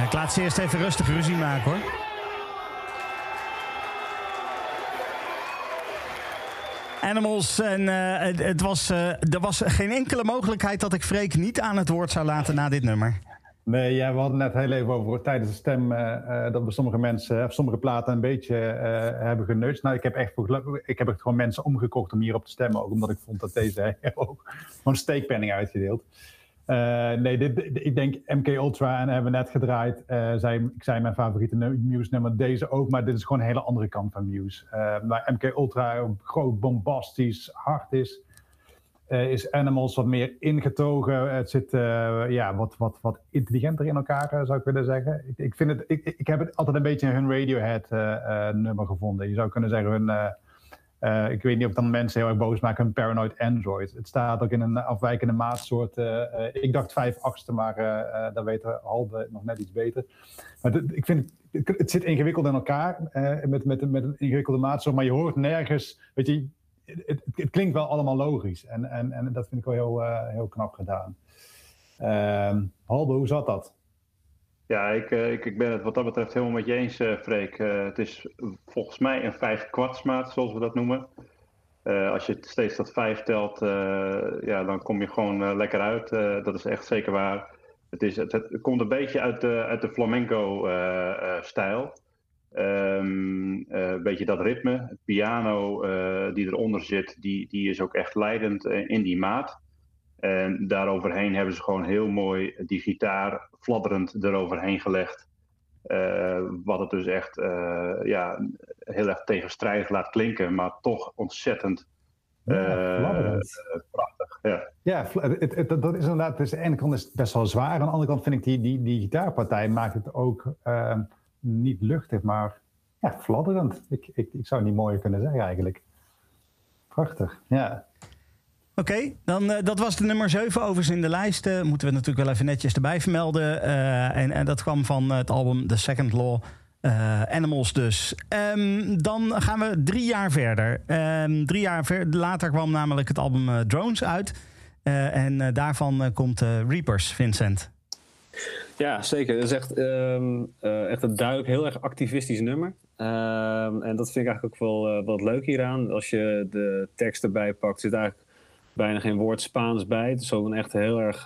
Ik laat ze eerst even rustig ruzie maken, hoor. Animals. En er was geen enkele mogelijkheid dat ik Freek niet aan het woord zou laten na dit nummer. Nee, ja, we hadden net heel even over tijdens de stem dat we sommige mensen, sommige platen een beetje hebben genutst. Nou, ik heb echt gewoon mensen omgekocht om hierop te stemmen, ook omdat ik vond dat deze ook gewoon steekpenning uitgedeeld. Ik denk MK Ultra en hebben we net gedraaid. Ik zei mijn favoriete Muse nummer, deze ook, maar dit is gewoon een hele andere kant van Muse. Waar MK Ultra groot, bombastisch, hard is Animals wat meer ingetogen. Het zit wat intelligenter in elkaar, zou ik willen zeggen. Ik heb het altijd een beetje hun Radiohead nummer gevonden. Je zou kunnen zeggen ik weet niet of dan mensen heel erg boos maken, een Paranoid Android. Het staat ook in een afwijkende maatsoort. Ik dacht 5/8, maar daar weet Halbe nog net iets beter. Maar ik vind het zit ingewikkeld in elkaar met een ingewikkelde maatsoort, maar je hoort nergens, weet je, het klinkt wel allemaal logisch. En dat vind ik wel heel knap gedaan. Halbe, hoe zat dat? Ja, ik ben het wat dat betreft helemaal met je eens, Freek. Het is volgens mij een 5/4 maat, zoals we dat noemen. Als je steeds tot 5 telt, dan kom je gewoon lekker uit. Dat is echt zeker waar. Het komt een beetje uit de flamenco-stijl. Een beetje dat ritme. Het piano die eronder zit, die is ook echt leidend in die maat. En daaroverheen hebben ze gewoon heel mooi die gitaar fladderend eroverheen gelegd. Wat het dus echt heel erg tegenstrijdig laat klinken, maar toch ontzettend prachtig. Ja, dat is inderdaad. Dus aan de ene kant is het best wel zwaar. Aan de andere kant vind ik die gitaarpartij maakt het ook niet luchtig, maar fladderend. Ik zou het niet mooier kunnen zeggen eigenlijk. Prachtig, ja. Oké, dan dat was de nummer 7 overigens in de lijst. Moeten we natuurlijk wel even netjes erbij vermelden. En dat kwam van het album The Second Law, Animals dus. Dan gaan we 3 jaar verder. 3 jaar later kwam namelijk het album Drones uit. En daarvan komt Reapers, Vincent. Ja, zeker. Dat is echt een duidelijk heel erg activistisch nummer. En dat vind ik eigenlijk ook wel wat leuk hieraan. Als je de tekst erbij pakt, zit eigenlijk bijna geen woord Spaans bij. Het is ook een echt heel erg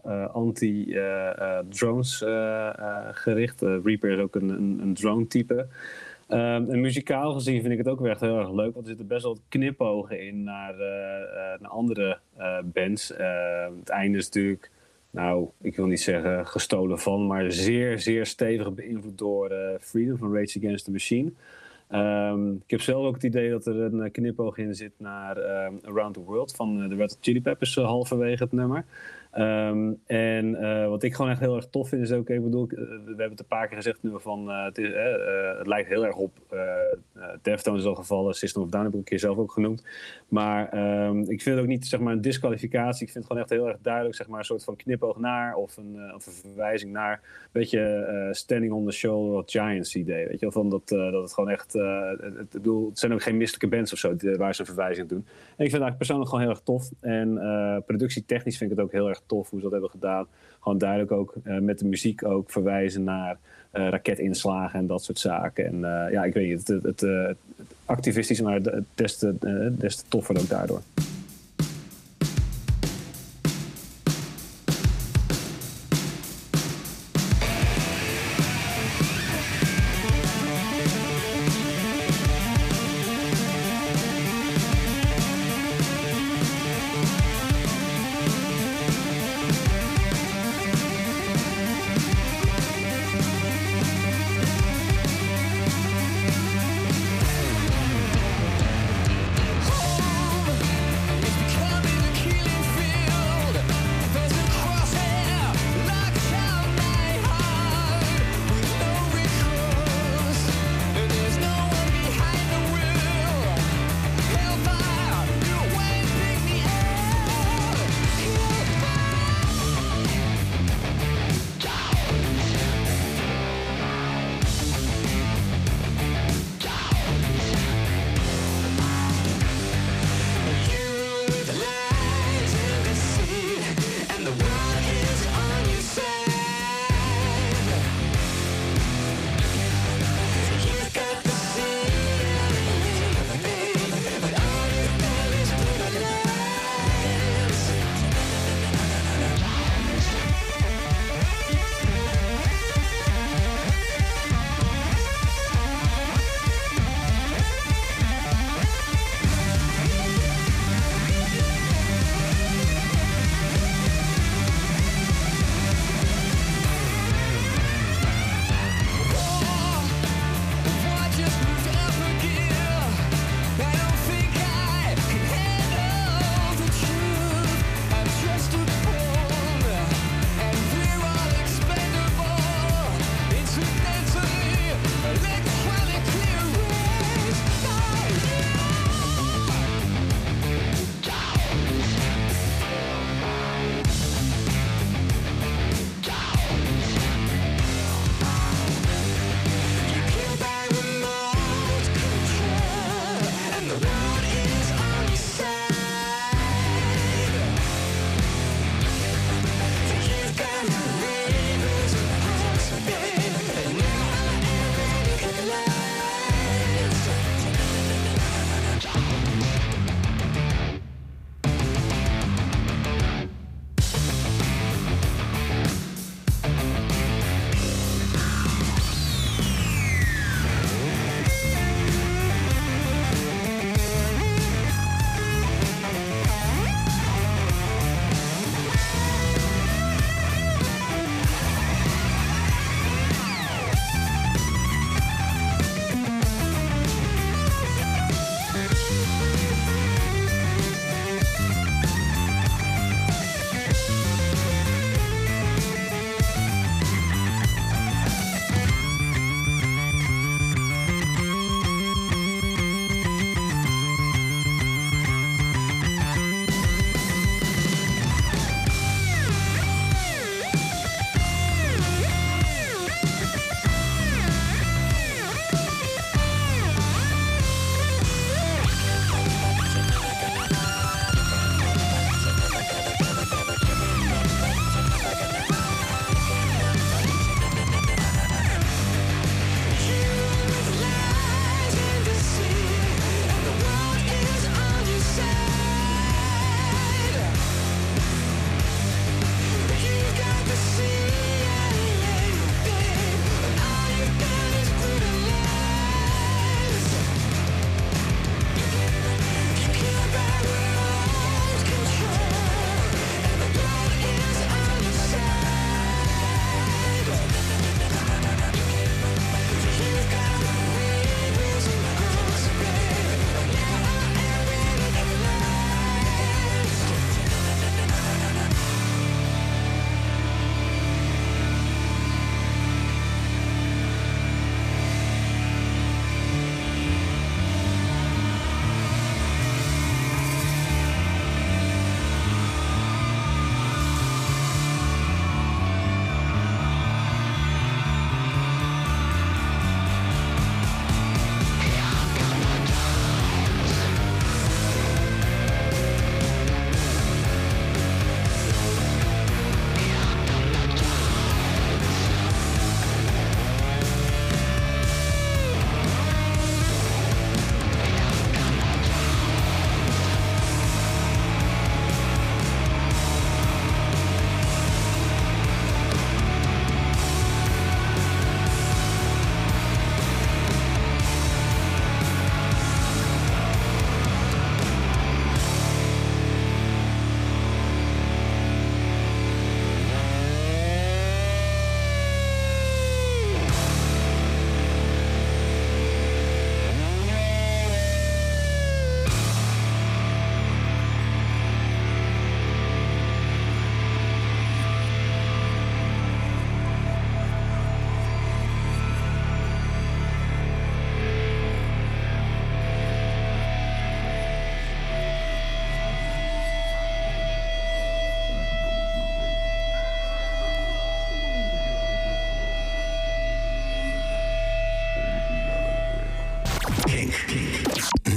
anti-drones gericht. Reaper is ook een drone-type. En muzikaal gezien vind ik het ook weer echt heel erg leuk. Want er zitten best wel knipogen in naar andere bands. Het einde is natuurlijk, nou, ik wil niet zeggen gestolen van, maar zeer, zeer stevig beïnvloed door Freedom van Rage Against the Machine. Ik heb zelf ook het idee dat er een knipoog in zit naar Around the World van de Red Hot Chili Peppers halverwege het nummer. Wat ik gewoon echt heel erg tof vind is ook, ik bedoel, we hebben het een paar keer gezegd nu van, het lijkt heel erg op Deftones is al gevallen, System of Down heb ik een keer zelf ook genoemd. Maar ik vind het ook niet zeg maar een disqualificatie, ik vind het gewoon echt heel erg duidelijk zeg maar een soort van knipoog naar of een verwijzing naar een beetje Standing on the Shoulder of Giants idee, weet je wel, van dat het gewoon echt, het zijn ook geen misselijke bands of zo waar ze een verwijzing doen. En ik vind het eigenlijk persoonlijk gewoon heel erg tof en productietechnisch vind ik het ook heel erg tof hoe ze dat hebben gedaan. Gewoon duidelijk ook met de muziek ook verwijzen naar raketinslagen en dat soort zaken. En ik weet niet, het activistisch, maar des te toffer ook daardoor.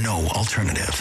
no alternative.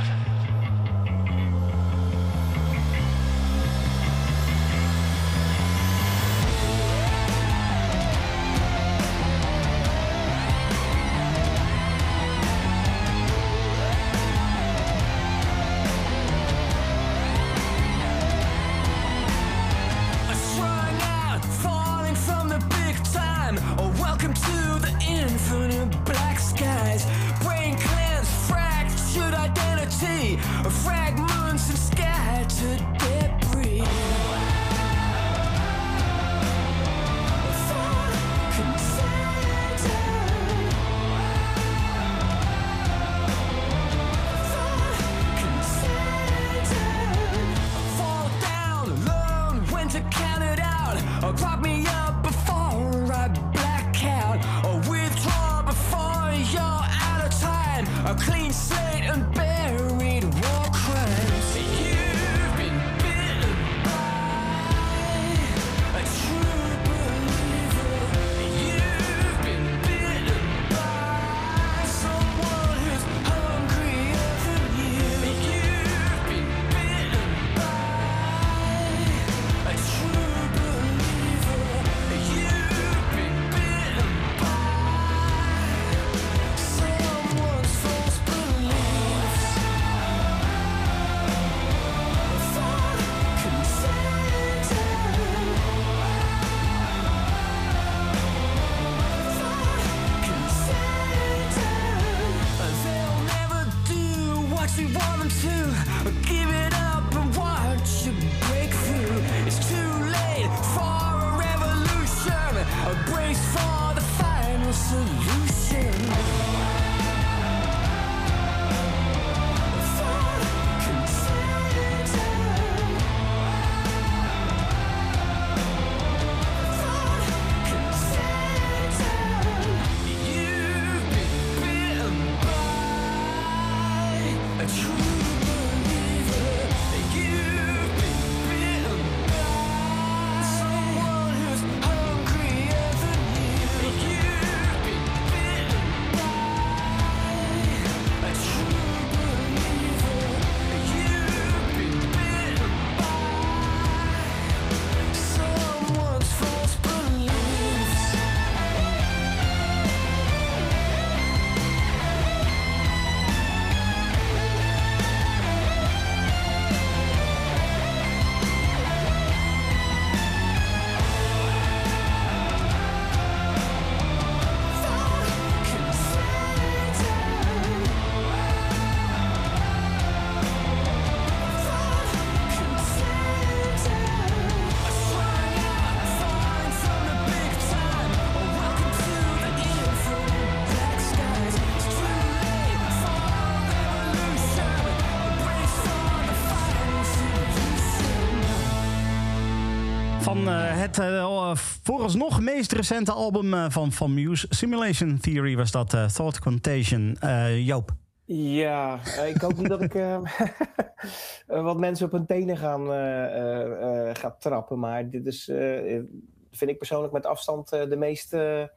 Van het vooralsnog meest recente album van Muse, Simulation Theory was dat, Thought Contagion. Joop. Ja, ik hoop niet dat ik wat mensen op hun tenen ga trappen. Maar dit is, vind ik persoonlijk met afstand de meest,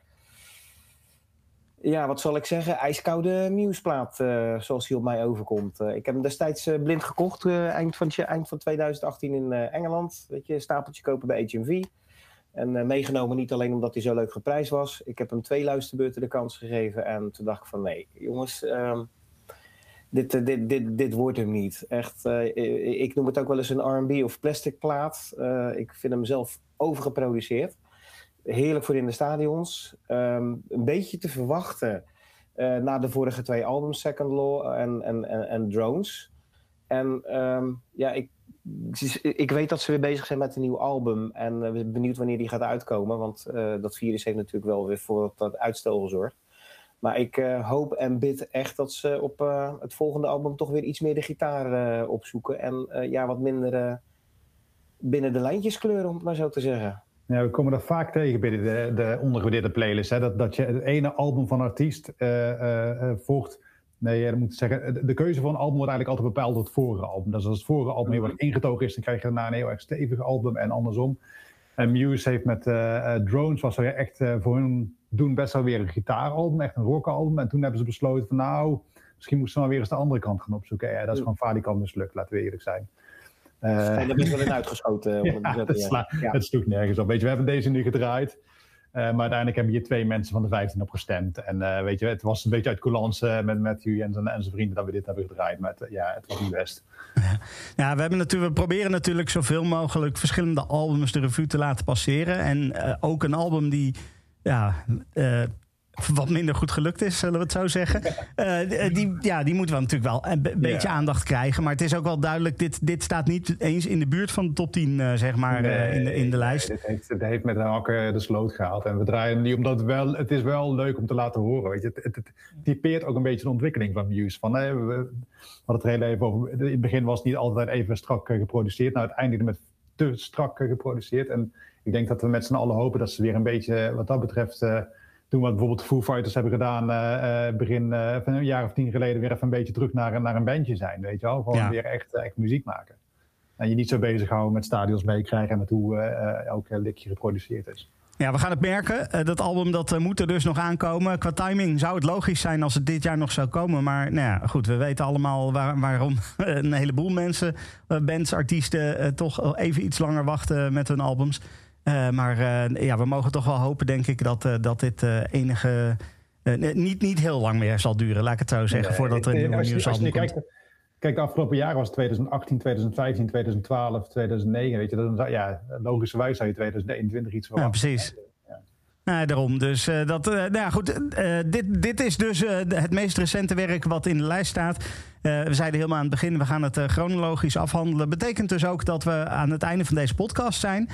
wat zal ik zeggen, ijskoude Muse-plaat zoals die op mij overkomt. Ik heb hem destijds blind gekocht, eind van 2018 in Engeland. Weet je, een stapeltje kopen bij HMV. En meegenomen niet alleen omdat hij zo leuk geprijsd was. Ik heb hem 2 luisterbeurten de kans gegeven. En toen dacht ik van nee, jongens, dit wordt hem niet. Echt, ik noem het ook wel eens een R&B of plastic plaat. Ik vind hem zelf overgeproduceerd. Heerlijk voor in de stadions. Een beetje te verwachten na de vorige 2 albums, Second Law en Drones. En ik weet dat ze weer bezig zijn met een nieuw album. En we zijn benieuwd wanneer die gaat uitkomen. Want dat virus heeft natuurlijk wel weer voor dat uitstel gezorgd. Maar ik hoop en bid echt dat ze op het volgende album toch weer iets meer de gitaar opzoeken. En wat minder binnen de lijntjes kleuren, om het maar zo te zeggen. Ja, we komen dat vaak tegen binnen de ondergewaardeerde playlist. Hè? Dat je het ene album van een artiest volgt. Nee, dan moet ik zeggen, de keuze van een album wordt eigenlijk altijd bepaald door het vorige album. Dus als het vorige album heel erg ingetogen is, dan krijg je daarna een heel erg stevig album en andersom. En Muse heeft met Drones, was er echt voor hun doen best wel weer een gitaaralbum, echt een rockalbum. En toen hebben ze besloten van Misschien moesten we maar weer eens de andere kant gaan opzoeken. Ja, dat is gewoon falikant mislukt, laten we eerlijk zijn. En daar ben je wel in uitgeschoten. Het sloeg nergens op. Weet je, we hebben deze nu gedraaid. Maar uiteindelijk hebben hier 2 mensen van de 25 nog gestemd. En weet je, het was een beetje uit coulance met Matthew en zijn vrienden dat we dit hebben gedraaid. Maar het was niet best. Ja, we proberen natuurlijk zoveel mogelijk verschillende albums de revue te laten passeren. En ook een album die wat minder goed gelukt is, zullen we het zo zeggen. Die moeten we natuurlijk wel een beetje aandacht krijgen. Maar het is ook wel duidelijk, dit staat niet eens in de buurt van de top 10, zeg maar, in de lijst. Het heeft met een hakken de sloot gehaald. En we draaien niet, omdat het is wel leuk om te laten horen. Weet je. Het typeert ook een beetje de ontwikkeling van Muse. We hadden het er heel even over. In het begin was het niet altijd even strak geproduceerd. Nou, uiteindelijk met te strak geproduceerd. En ik denk dat we met z'n allen hopen dat ze weer een beetje, wat dat betreft, toen wat bijvoorbeeld de Foo Fighters hebben gedaan, begin van een jaar of 10 geleden, weer even een beetje terug naar een bandje zijn. Weet je wel? Gewoon weer echt muziek maken. En je niet zo bezighouden met stadions meekrijgen en met hoe elk likje geproduceerd is. Ja, we gaan het merken. Dat album dat moet er dus nog aankomen. Qua timing zou het logisch zijn als het dit jaar nog zou komen. Maar nou ja, goed, we weten allemaal waarom een heleboel mensen, bands, artiesten, toch even iets langer wachten met hun albums. Maar we mogen toch wel hopen, denk ik, dat dit enige niet heel lang meer zal duren, laat ik het zo zeggen, voordat er een nieuw nieuwsalbum komt. Kijk, de afgelopen jaren was het 2018, 2015, 2012, 2009. Weet je, logischerwijs zou je 2021 iets verwachten. Ja, precies. Nou, daarom. Dus dit is dus het meest recente werk wat in de lijst staat. We zeiden helemaal aan het begin, we gaan het chronologisch afhandelen. Betekent dus ook dat we aan het einde van deze podcast zijn.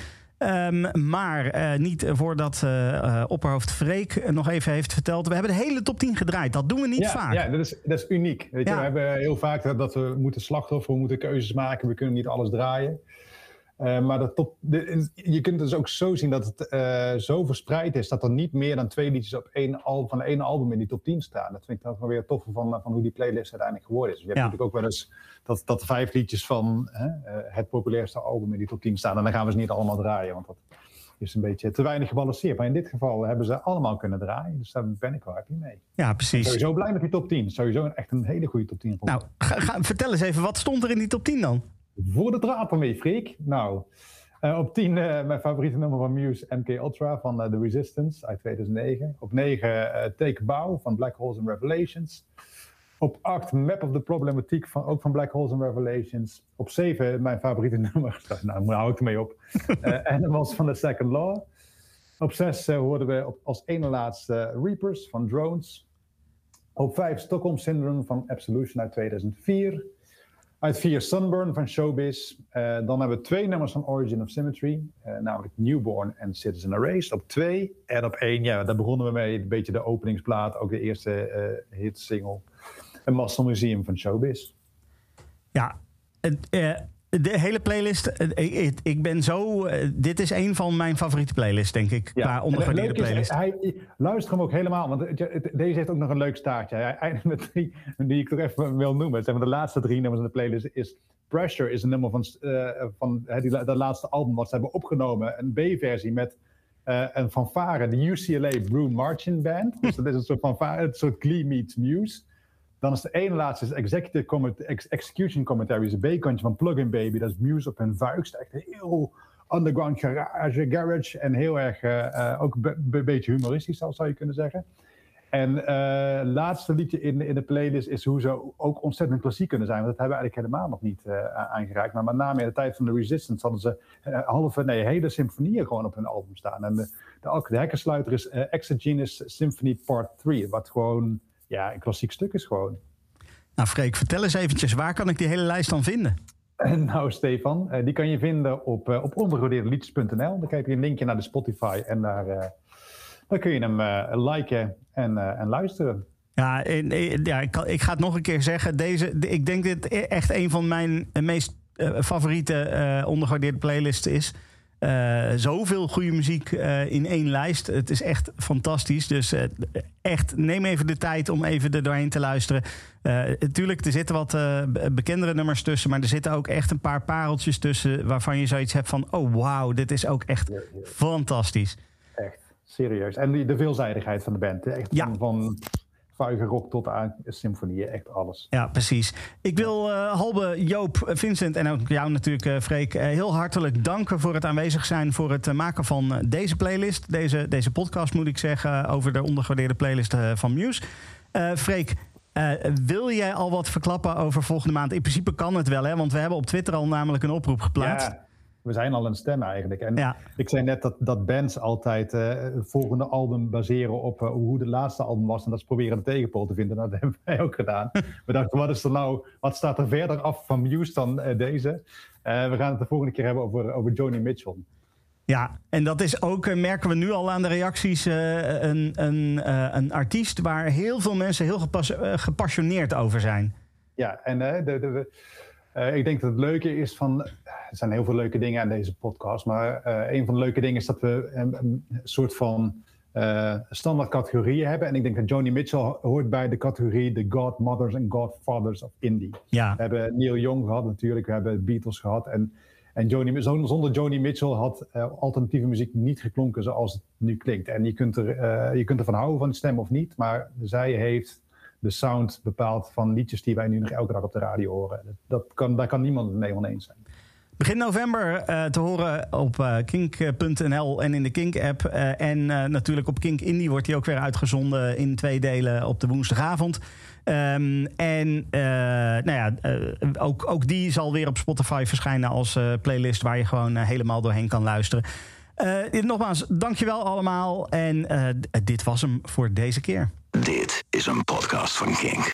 Maar niet voordat opperhoofd Freek nog even heeft verteld. We hebben de hele top 10 gedraaid. Dat doen we niet vaak. Ja, dat is uniek. Weet je? We hebben heel vaak dat we moeten slachtofferen, we moeten keuzes maken. We kunnen niet alles draaien. Maar je kunt het dus ook zo zien dat het zo verspreid is dat er niet meer dan 2 liedjes van één album in die top 10 staan. Dat vind ik dan wel weer tof van hoe die playlist uiteindelijk geworden is. Je hebt natuurlijk ook wel eens dat 5 liedjes van het populairste album in die top 10 staan. En dan gaan we ze niet allemaal draaien, want dat is een beetje te weinig gebalanceerd. Maar in dit geval hebben ze allemaal kunnen draaien. Dus daar ben ik wel happy mee. Ja, precies. Sowieso blij met die top 10. Sowieso echt een hele goede top 10. Nou, vertel eens even, wat stond er in die top 10 dan? Voor de draad ermee, Freek. Nou, op 10 mijn favoriete nummer van Muse, MK Ultra van The Resistance uit 2009. Op 9 Take a Bow van Black Holes and Revelations. Op 8 Map of the Problematique ook van Black Holes and Revelations. Op 7 mijn favoriete nummer, nou hou ik ermee op, Animals van The Second Law. Op 6 hoorden we als ene laatste Reapers van Drones. Op 5 Stockholm Syndrome van Absolution uit 2004. Uit 4 Sunburn van Showbiz. Dan hebben we 2 nummers van Origin of Symmetry. Namelijk Newborn en Citizen Erased op 2. En op 1, daar begonnen we mee. Een beetje de openingsplaat. Ook de eerste hitsingle. Een Muscle Museum van Showbiz. Ja, de hele playlist. Ik ben zo. Dit is een van mijn favoriete playlists, denk ik. Qua ondergewaardeerde playlist. Luister hem ook helemaal. Want deze heeft ook nog een leuk staartje. Hij eindigt met 3 die ik toch even wil noemen. Zeg maar, de laatste 3 nummers in de playlist is Pressure. Is een nummer van dat laatste album wat ze hebben opgenomen. Een B-versie met een fanfare. De UCLA Bruin Marching Band. Dus dat is een soort fanfare. Een soort Glee meets Muse. Dan is de ene laatste Execution Commentary, is een B-kantje van Plug-in Baby. Dat is Muse op hun vuist. Echt heel underground garage en heel erg ook een beetje humoristisch, zou je kunnen zeggen. En het laatste liedje in de playlist is hoe ze ook ontzettend klassiek kunnen zijn. Want dat hebben we eigenlijk helemaal nog niet aangereikt. Maar met name in de tijd van The Resistance hadden ze hele symfonieën gewoon op hun album staan. En de hekkensluiter is Exogenous Symphony Part 3, wat gewoon een klassiek stuk is gewoon. Nou Freek, vertel eens eventjes, waar kan ik die hele lijst dan vinden? Nou Stefan, die kan je vinden op ondergewaardeerdeliedjes.nl. Dan krijg je een linkje naar de Spotify en dan kun je hem liken en luisteren. Ja, ik ga het nog een keer zeggen. Ik denk dit echt een van mijn meest favoriete ondergewaardeerde playlists is. Zoveel goede muziek in één lijst. Het is echt fantastisch. Dus echt, neem even de tijd om even er doorheen te luisteren. Tuurlijk, er zitten wat bekendere nummers tussen. Maar er zitten ook echt een paar pareltjes tussen waarvan je zoiets hebt van, oh wauw, dit is ook echt fantastisch. Echt, serieus. En de veelzijdigheid van de band. Echt vuige rock tot aan symfonieën, echt alles. Ja, precies. Ik wil Halbe, Joop, Vincent en ook jou natuurlijk, Freek, heel hartelijk danken voor het aanwezig zijn voor het maken van deze playlist. Deze podcast moet ik zeggen, over de ondergewaardeerde playlist van Muse. Freek, wil jij al wat verklappen over volgende maand? In principe kan het wel, hè? Want we hebben op Twitter al namelijk een oproep geplaatst. Ja, we zijn al een stem eigenlijk. En ik zei net dat bands altijd het volgende album baseren op hoe de laatste album was. En dat is proberen de tegenpool te vinden. Dat hebben wij ook gedaan. We dachten, wat staat er verder af van Muse dan deze? We gaan het de volgende keer hebben over Joni Mitchell. Ja, en dat is ook, merken we nu al aan de reacties, een artiest waar heel veel mensen heel gepassioneerd over zijn. Ja, en ik denk dat het leuke is van... Er zijn heel veel leuke dingen aan deze podcast, maar een van de leuke dingen is dat we een soort van standaard categorieën hebben. En ik denk dat Joni Mitchell hoort bij de categorie The Godmothers and Godfathers of Indie. Ja. We hebben Neil Young gehad natuurlijk, we hebben Beatles gehad. En zonder Joni Mitchell had alternatieve muziek niet geklonken zoals het nu klinkt. En je kunt ervan houden van de stem of niet, maar zij heeft de sound bepaald van liedjes die wij nu nog elke dag op de radio horen. Daar kan niemand het mee oneens zijn. Begin november te horen op kink.nl en in de Kink-app. En natuurlijk op Kink Indie wordt die ook weer uitgezonden in 2 delen op de woensdagavond. Ook die zal weer op Spotify verschijnen als playlist waar je gewoon helemaal doorheen kan luisteren. Nogmaals, dankjewel allemaal. En dit was hem voor deze keer. Dit is een podcast van Kink.